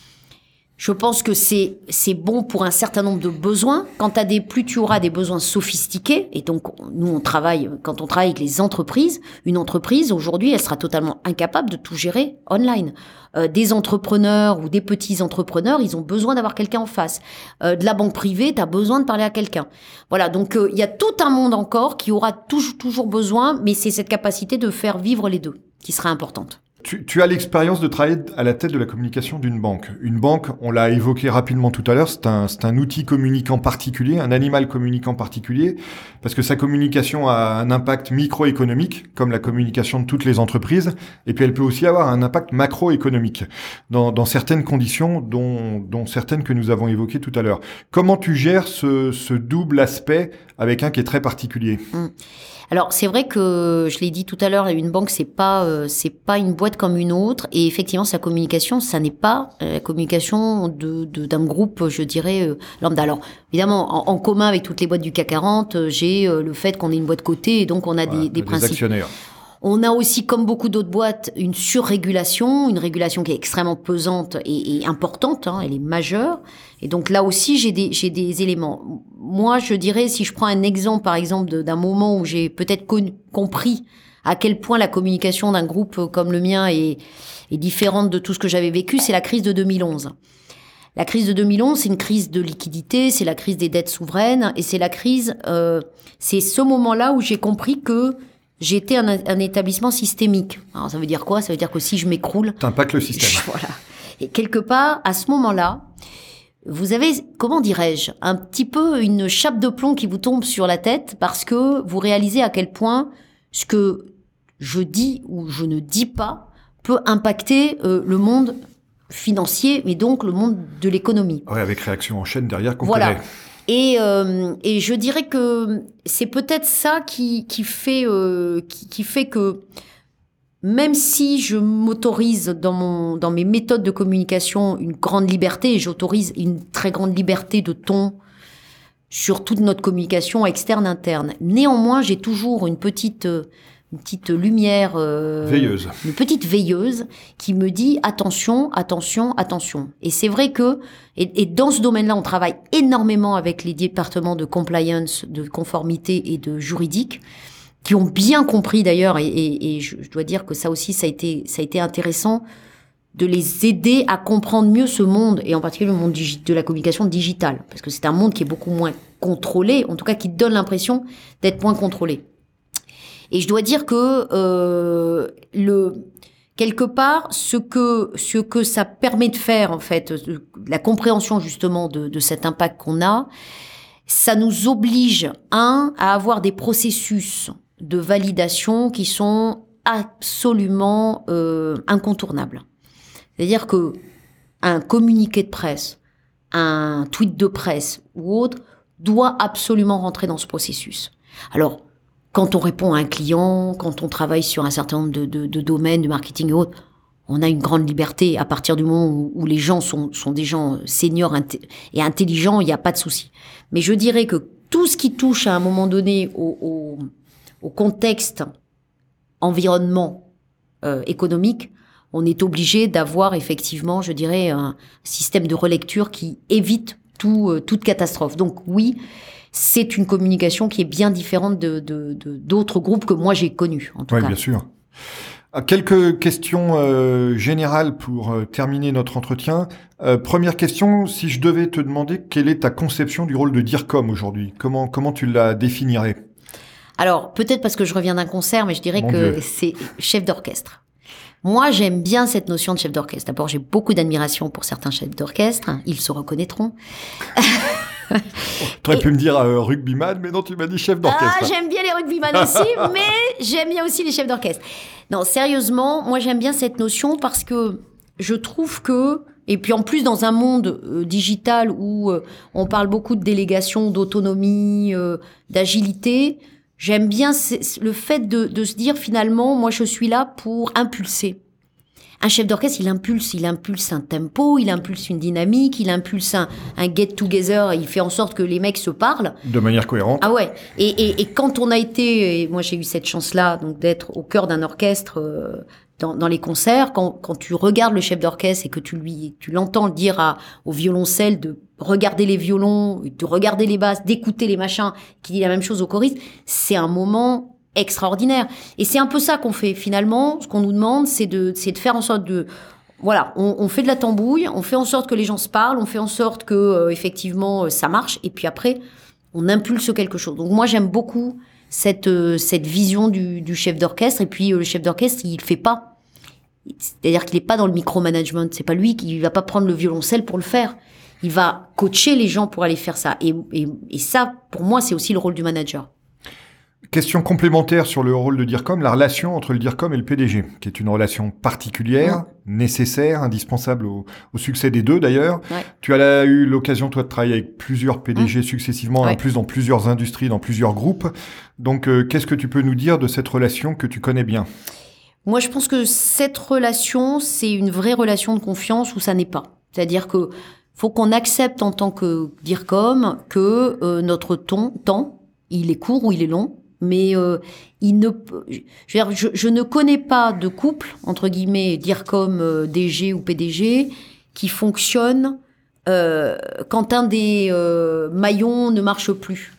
Je pense que c'est c'est bon pour un certain nombre de besoins. Quand t'as des, plus tu auras des besoins sophistiqués, et donc nous on travaille, quand on travaille avec les entreprises, une entreprise aujourd'hui, elle sera totalement incapable de tout gérer online. Euh, des entrepreneurs ou des petits entrepreneurs, ils ont besoin d'avoir quelqu'un en face. Euh, de la banque privée, t'as besoin de parler à quelqu'un. Voilà, donc il euh, y a tout un monde encore qui aura toujours toujours besoin, mais c'est cette capacité de faire vivre les deux qui sera importante. Tu, tu as l'expérience de travailler à la tête de la communication d'une banque. Une banque, on l'a évoqué rapidement tout à l'heure, c'est un, c'est un outil communicant particulier, un animal communicant particulier, parce que sa communication a un impact microéconomique, comme la communication de toutes les entreprises, et puis elle peut aussi avoir un impact macroéconomique, dans, dans certaines conditions, dont, dont certaines que nous avons évoquées tout à l'heure. Comment tu gères ce, ce double aspect avec un qui est très particulier ? Mmh. Alors c'est vrai que je l'ai dit tout à l'heure, une banque c'est pas euh, c'est pas une boîte comme une autre, et effectivement sa communication ça n'est pas euh, la communication de, de d'un groupe, je dirais euh, lambda. Alors évidemment en, en commun avec toutes les boîtes du C A C quarante, euh, j'ai euh, le fait qu'on est une boîte cotée et donc on a voilà, des, des, des principes. Actionnaires. On a aussi, comme beaucoup d'autres boîtes, une surrégulation, une régulation qui est extrêmement pesante et, et importante, hein, elle est majeure. Et donc là aussi, j'ai des, j'ai des éléments. Moi, je dirais, si je prends un exemple, par exemple, de, d'un moment où j'ai peut-être con, compris à quel point la communication d'un groupe comme le mien est, est différente de tout ce que j'avais vécu, c'est la crise de deux mille onze. La crise de deux mille onze, c'est une crise de liquidité, c'est la crise des dettes souveraines, et c'est la crise, euh, c'est ce moment-là où j'ai compris que j'étais un, un établissement systémique. Alors, ça veut dire quoi? Ça veut dire que si je m'écroule... T'impactes le système. Je, voilà. Et quelque part, à ce moment-là, vous avez, comment dirais-je, un petit peu une chape de plomb qui vous tombe sur la tête parce que vous réalisez à quel point ce que je dis ou je ne dis pas peut impacter euh, le monde financier, mais donc le monde de l'économie. Ouais, avec réaction en chaîne derrière qu'on voilà. connaît. Et, euh, et je dirais que c'est peut-être ça qui, qui, fait, euh, qui, qui fait que même si je m'autorise dans, mon, dans mes méthodes de communication une grande liberté, et j'autorise une très grande liberté de ton sur toute notre communication externe-interne, néanmoins, j'ai toujours une petite... une petite lumière... Euh, veilleuse. Une petite veilleuse qui me dit attention, attention, attention. Et c'est vrai que, et, et dans ce domaine-là, on travaille énormément avec les départements de compliance, de conformité et de juridique, qui ont bien compris d'ailleurs, et, et, et je, je dois dire que ça aussi, ça a été, ça a été intéressant de les aider à comprendre mieux ce monde, et en particulier le monde digi- de la communication digitale, parce que c'est un monde qui est beaucoup moins contrôlé, en tout cas qui donne l'impression d'être moins contrôlé. Et je dois dire que euh, le quelque part ce que ce que ça permet de faire en fait, la compréhension justement de, de cet impact qu'on a, ça nous oblige un à avoir des processus de validation qui sont absolument euh, incontournables. C'est-à-dire que un communiqué de presse, un tweet de presse ou autre doit absolument rentrer dans ce processus. Alors, quand on répond à un client, quand on travaille sur un certain nombre de, de, de domaines, de marketing et autres, on a une grande liberté. À partir du moment où, où les gens sont, sont des gens seniors et intelligents, il n'y a pas de souci. Mais je dirais que tout ce qui touche à un moment donné au, au, au contexte, environnement euh, économique, on est obligé d'avoir effectivement, je dirais, un système de relecture qui évite tout, euh, toute catastrophe. Donc oui, c'est une communication qui est bien différente de, de, de, d'autres groupes que moi j'ai connus, en tout ouais, cas. Oui, bien sûr. Quelques questions euh, générales pour euh, terminer notre entretien. Euh, première question, si je devais te demander quelle est ta conception du rôle de DIRCOM aujourd'hui, comment, comment tu la définirais ? Alors, peut-être parce que je reviens d'un concert, mais je dirais Mon que Dieu. c'est chef d'orchestre. Moi, j'aime bien cette notion de chef d'orchestre. D'abord, j'ai beaucoup d'admiration pour certains chefs d'orchestre. Ils se reconnaîtront. Tu aurais pu me dire euh, rugbyman, mais non, tu m'as dit chef d'orchestre. Ah, j'aime bien les rugbyman aussi, mais j'aime bien aussi les chefs d'orchestre. Non, sérieusement, moi, j'aime bien cette notion parce que je trouve que, et puis en plus, dans un monde euh, digital où euh, on parle beaucoup de délégation, d'autonomie, euh, d'agilité, j'aime bien le fait de, de se dire finalement, moi je suis là pour impulser. Un chef d'orchestre, il impulse, il impulse un tempo, il impulse une dynamique, il impulse un, un get-together, il fait en sorte que les mecs se parlent. De manière cohérente. Ah ouais. Et, et, et quand on a été, et moi j'ai eu cette chance-là, donc d'être au cœur d'un orchestre euh, dans, dans les concerts, quand, quand tu regardes le chef d'orchestre et que tu lui, tu l'entends dire à, au violoncelle de regarder les violons, de regarder les basses, d'écouter les machins, qui dit la même chose au choriste, c'est un moment extraordinaire. Et c'est un peu ça qu'on fait finalement. Ce qu'on nous demande, c'est de, c'est de faire en sorte de, voilà, on, on fait de la tambouille, on fait en sorte que les gens se parlent, on fait en sorte que euh, effectivement euh, ça marche. Et puis après, on impulse quelque chose. Donc moi, j'aime beaucoup cette euh, cette vision du, du chef d'orchestre. Et puis euh, le chef d'orchestre, il fait pas. C'est-à-dire qu'il est pas dans le micromanagement. C'est pas lui qui va pas prendre le violoncelle pour le faire. Il va coacher les gens pour aller faire ça. Et, et, et ça, pour moi, c'est aussi le rôle du manager. Question complémentaire sur le rôle de DIRCOM, la relation entre le DIRCOM et le P D G, qui est une relation particulière, mmh. nécessaire, indispensable au, au succès des deux d'ailleurs. Ouais. Tu as eu l'occasion, toi, de travailler avec plusieurs P D G mmh. successivement, ouais. en plus dans plusieurs industries, dans plusieurs groupes. Donc, euh, qu'est-ce que tu peux nous dire de cette relation que tu connais bien ? Moi, je pense que cette relation, c'est une vraie relation de confiance où ça n'est pas. C'est-à-dire que faut qu'on accepte en tant que DIRCOM que euh, notre ton, temps, il est court ou il est long. Mais euh, il ne, je, veux dire, je, je ne connais pas de couple entre guillemets DIRCOM euh, D G ou P D G qui fonctionne euh, quand un des euh, maillons ne marche plus.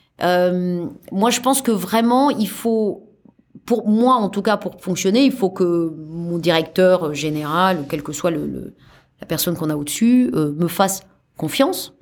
Euh, moi, je pense que vraiment, il faut, pour moi en tout cas, pour fonctionner, il faut que mon directeur général ou quelle que soit le, le, la personne qu'on a au-dessus euh, me fasse confiance.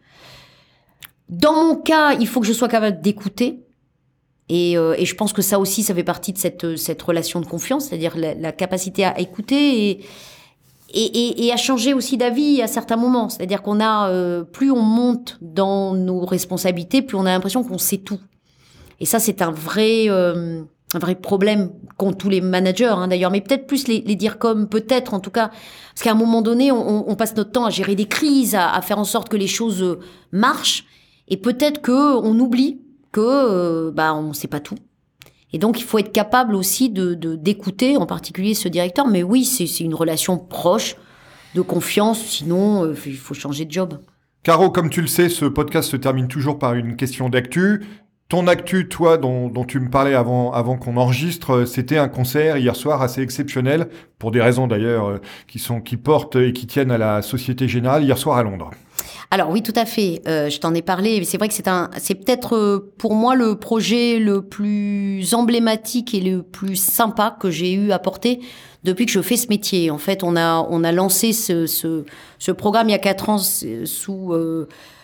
Dans mon cas, il faut que je sois capable d'écouter. Et, euh, et je pense que ça aussi, ça fait partie de cette, cette relation de confiance, c'est-à-dire la, la capacité à écouter et, et, et, et à changer aussi d'avis à certains moments. C'est-à-dire qu'on a, euh, plus on monte dans nos responsabilités, plus on a l'impression qu'on sait tout. Et ça, c'est un vrai, euh, un vrai problème qu'ont tous les managers, hein, d'ailleurs, mais peut-être plus les, les DIRCOM, peut-être en tout cas, parce qu'à un moment donné, on, on passe notre temps à gérer des crises, à, à faire en sorte que les choses marchent, et peut-être que on oublie que euh, bah on sait pas tout. Et donc il faut être capable aussi de, de d'écouter, en particulier ce directeur. Mais oui, c'est c'est une relation proche, de confiance. Sinon, euh, il faut changer de job. Caro, comme tu le sais, ce podcast se termine toujours par une question d'actu. Ton actu, toi, dont, dont tu me parlais avant, avant qu'on enregistre, c'était un concert hier soir assez exceptionnel, pour des raisons d'ailleurs qui sont qui portent et qui tiennent à la Société Générale, hier soir à Londres. Alors oui, tout à fait. Euh, je t'en ai parlé. C'est vrai que c'est un, c'est peut-être euh, pour moi le projet le plus emblématique et le plus sympa que j'ai eu à porter depuis que je fais ce métier. En fait, on a on a lancé ce ce, ce programme il y a quatre ans sous euh,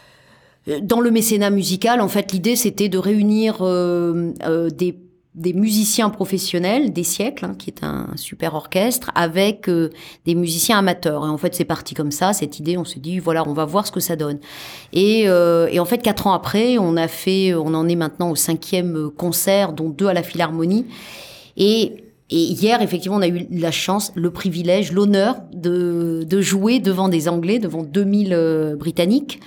dans le mécénat musical. En fait, l'idée c'était de réunir euh, euh, des des musiciens professionnels des siècles, hein, qui est un super orchestre, avec euh, des musiciens amateurs. Et en fait, c'est parti comme ça, cette idée. On s'est dit, voilà, on va voir ce que ça donne. Et, euh, et en fait, quatre ans après, on a fait, on en est maintenant au cinquième concert, dont deux à la Philharmonie. Et Et hier, effectivement, on a eu la chance, le privilège, l'honneur de, de jouer devant des Anglais, devant deux mille euh, Britanniques,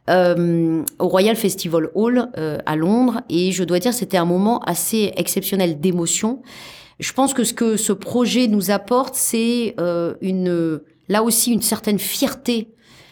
euh, au Royal Festival Hall euh, à Londres. Et je dois dire, c'était un moment assez exceptionnel d'émotion. Je pense que ce que ce projet nous apporte, c'est euh, une, là aussi une certaine fierté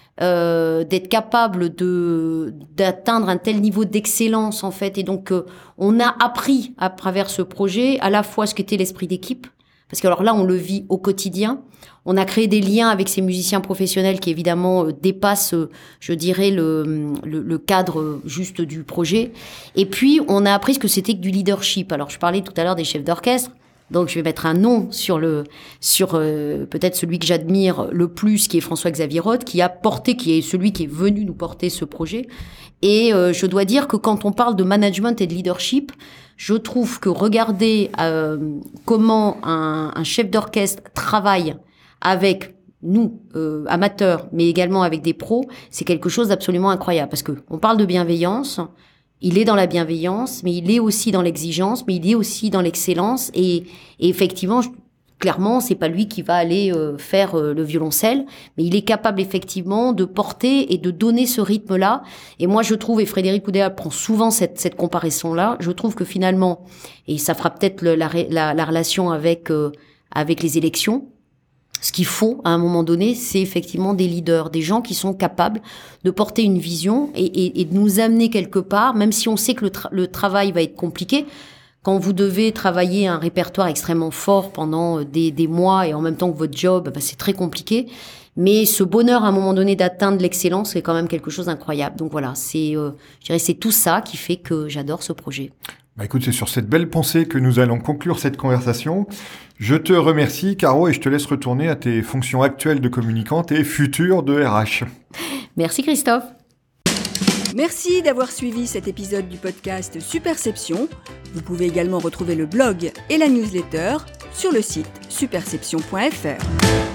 Euh, d'être capable de d'atteindre un tel niveau d'excellence en fait, et donc euh, on a appris à travers ce projet à la fois ce qu'était l'esprit d'équipe, parce que alors là on le vit au quotidien. On a créé des liens avec ces musiciens professionnels qui évidemment euh, dépassent, euh, je dirais le, le le cadre juste du projet. Et puis on a appris ce que c'était que du leadership. Alors je parlais tout à l'heure des chefs d'orchestre. Donc je vais mettre un nom sur le sur euh, peut-être celui que j'admire le plus, qui est François-Xavier Roth, qui a porté, qui est celui qui est venu nous porter ce projet. Et euh, je dois dire que quand on parle de management et de leadership, je trouve que regarder euh, comment un, un chef d'orchestre travaille avec nous, euh, amateurs, mais également avec des pros, c'est quelque chose d'absolument incroyable. Parce que on parle de bienveillance. Il est dans la bienveillance, mais il est aussi dans l'exigence, mais il est aussi dans l'excellence. Et, et effectivement, je, clairement, c'est pas lui qui va aller euh, faire euh, le violoncelle, mais il est capable effectivement de porter et de donner ce rythme-là. Et moi, je trouve, et Frédéric Oudéa prend souvent cette, cette comparaison-là, je trouve que finalement, et ça fera peut-être le, la, la, la relation avec euh, avec les élections. Ce qu'il faut, à un moment donné, c'est effectivement des leaders, des gens qui sont capables de porter une vision et, et, et de nous amener quelque part, même si on sait que le, tra- le travail va être compliqué. Quand vous devez travailler un répertoire extrêmement fort pendant des, des mois et en même temps que votre job, bah, c'est très compliqué. Mais ce bonheur, à un moment donné, d'atteindre l'excellence, c'est quand même quelque chose d'incroyable. Donc voilà, c'est, euh, je dirais, c'est tout ça qui fait que j'adore ce projet. Bah écoute, c'est sur cette belle pensée que nous allons conclure cette conversation. Je te remercie, Caro, et je te laisse retourner à tes fonctions actuelles de communicante et futures de R H. Merci Christophe. Merci d'avoir suivi cet épisode du podcast Superception. Vous pouvez également retrouver le blog et la newsletter sur le site superception point f r.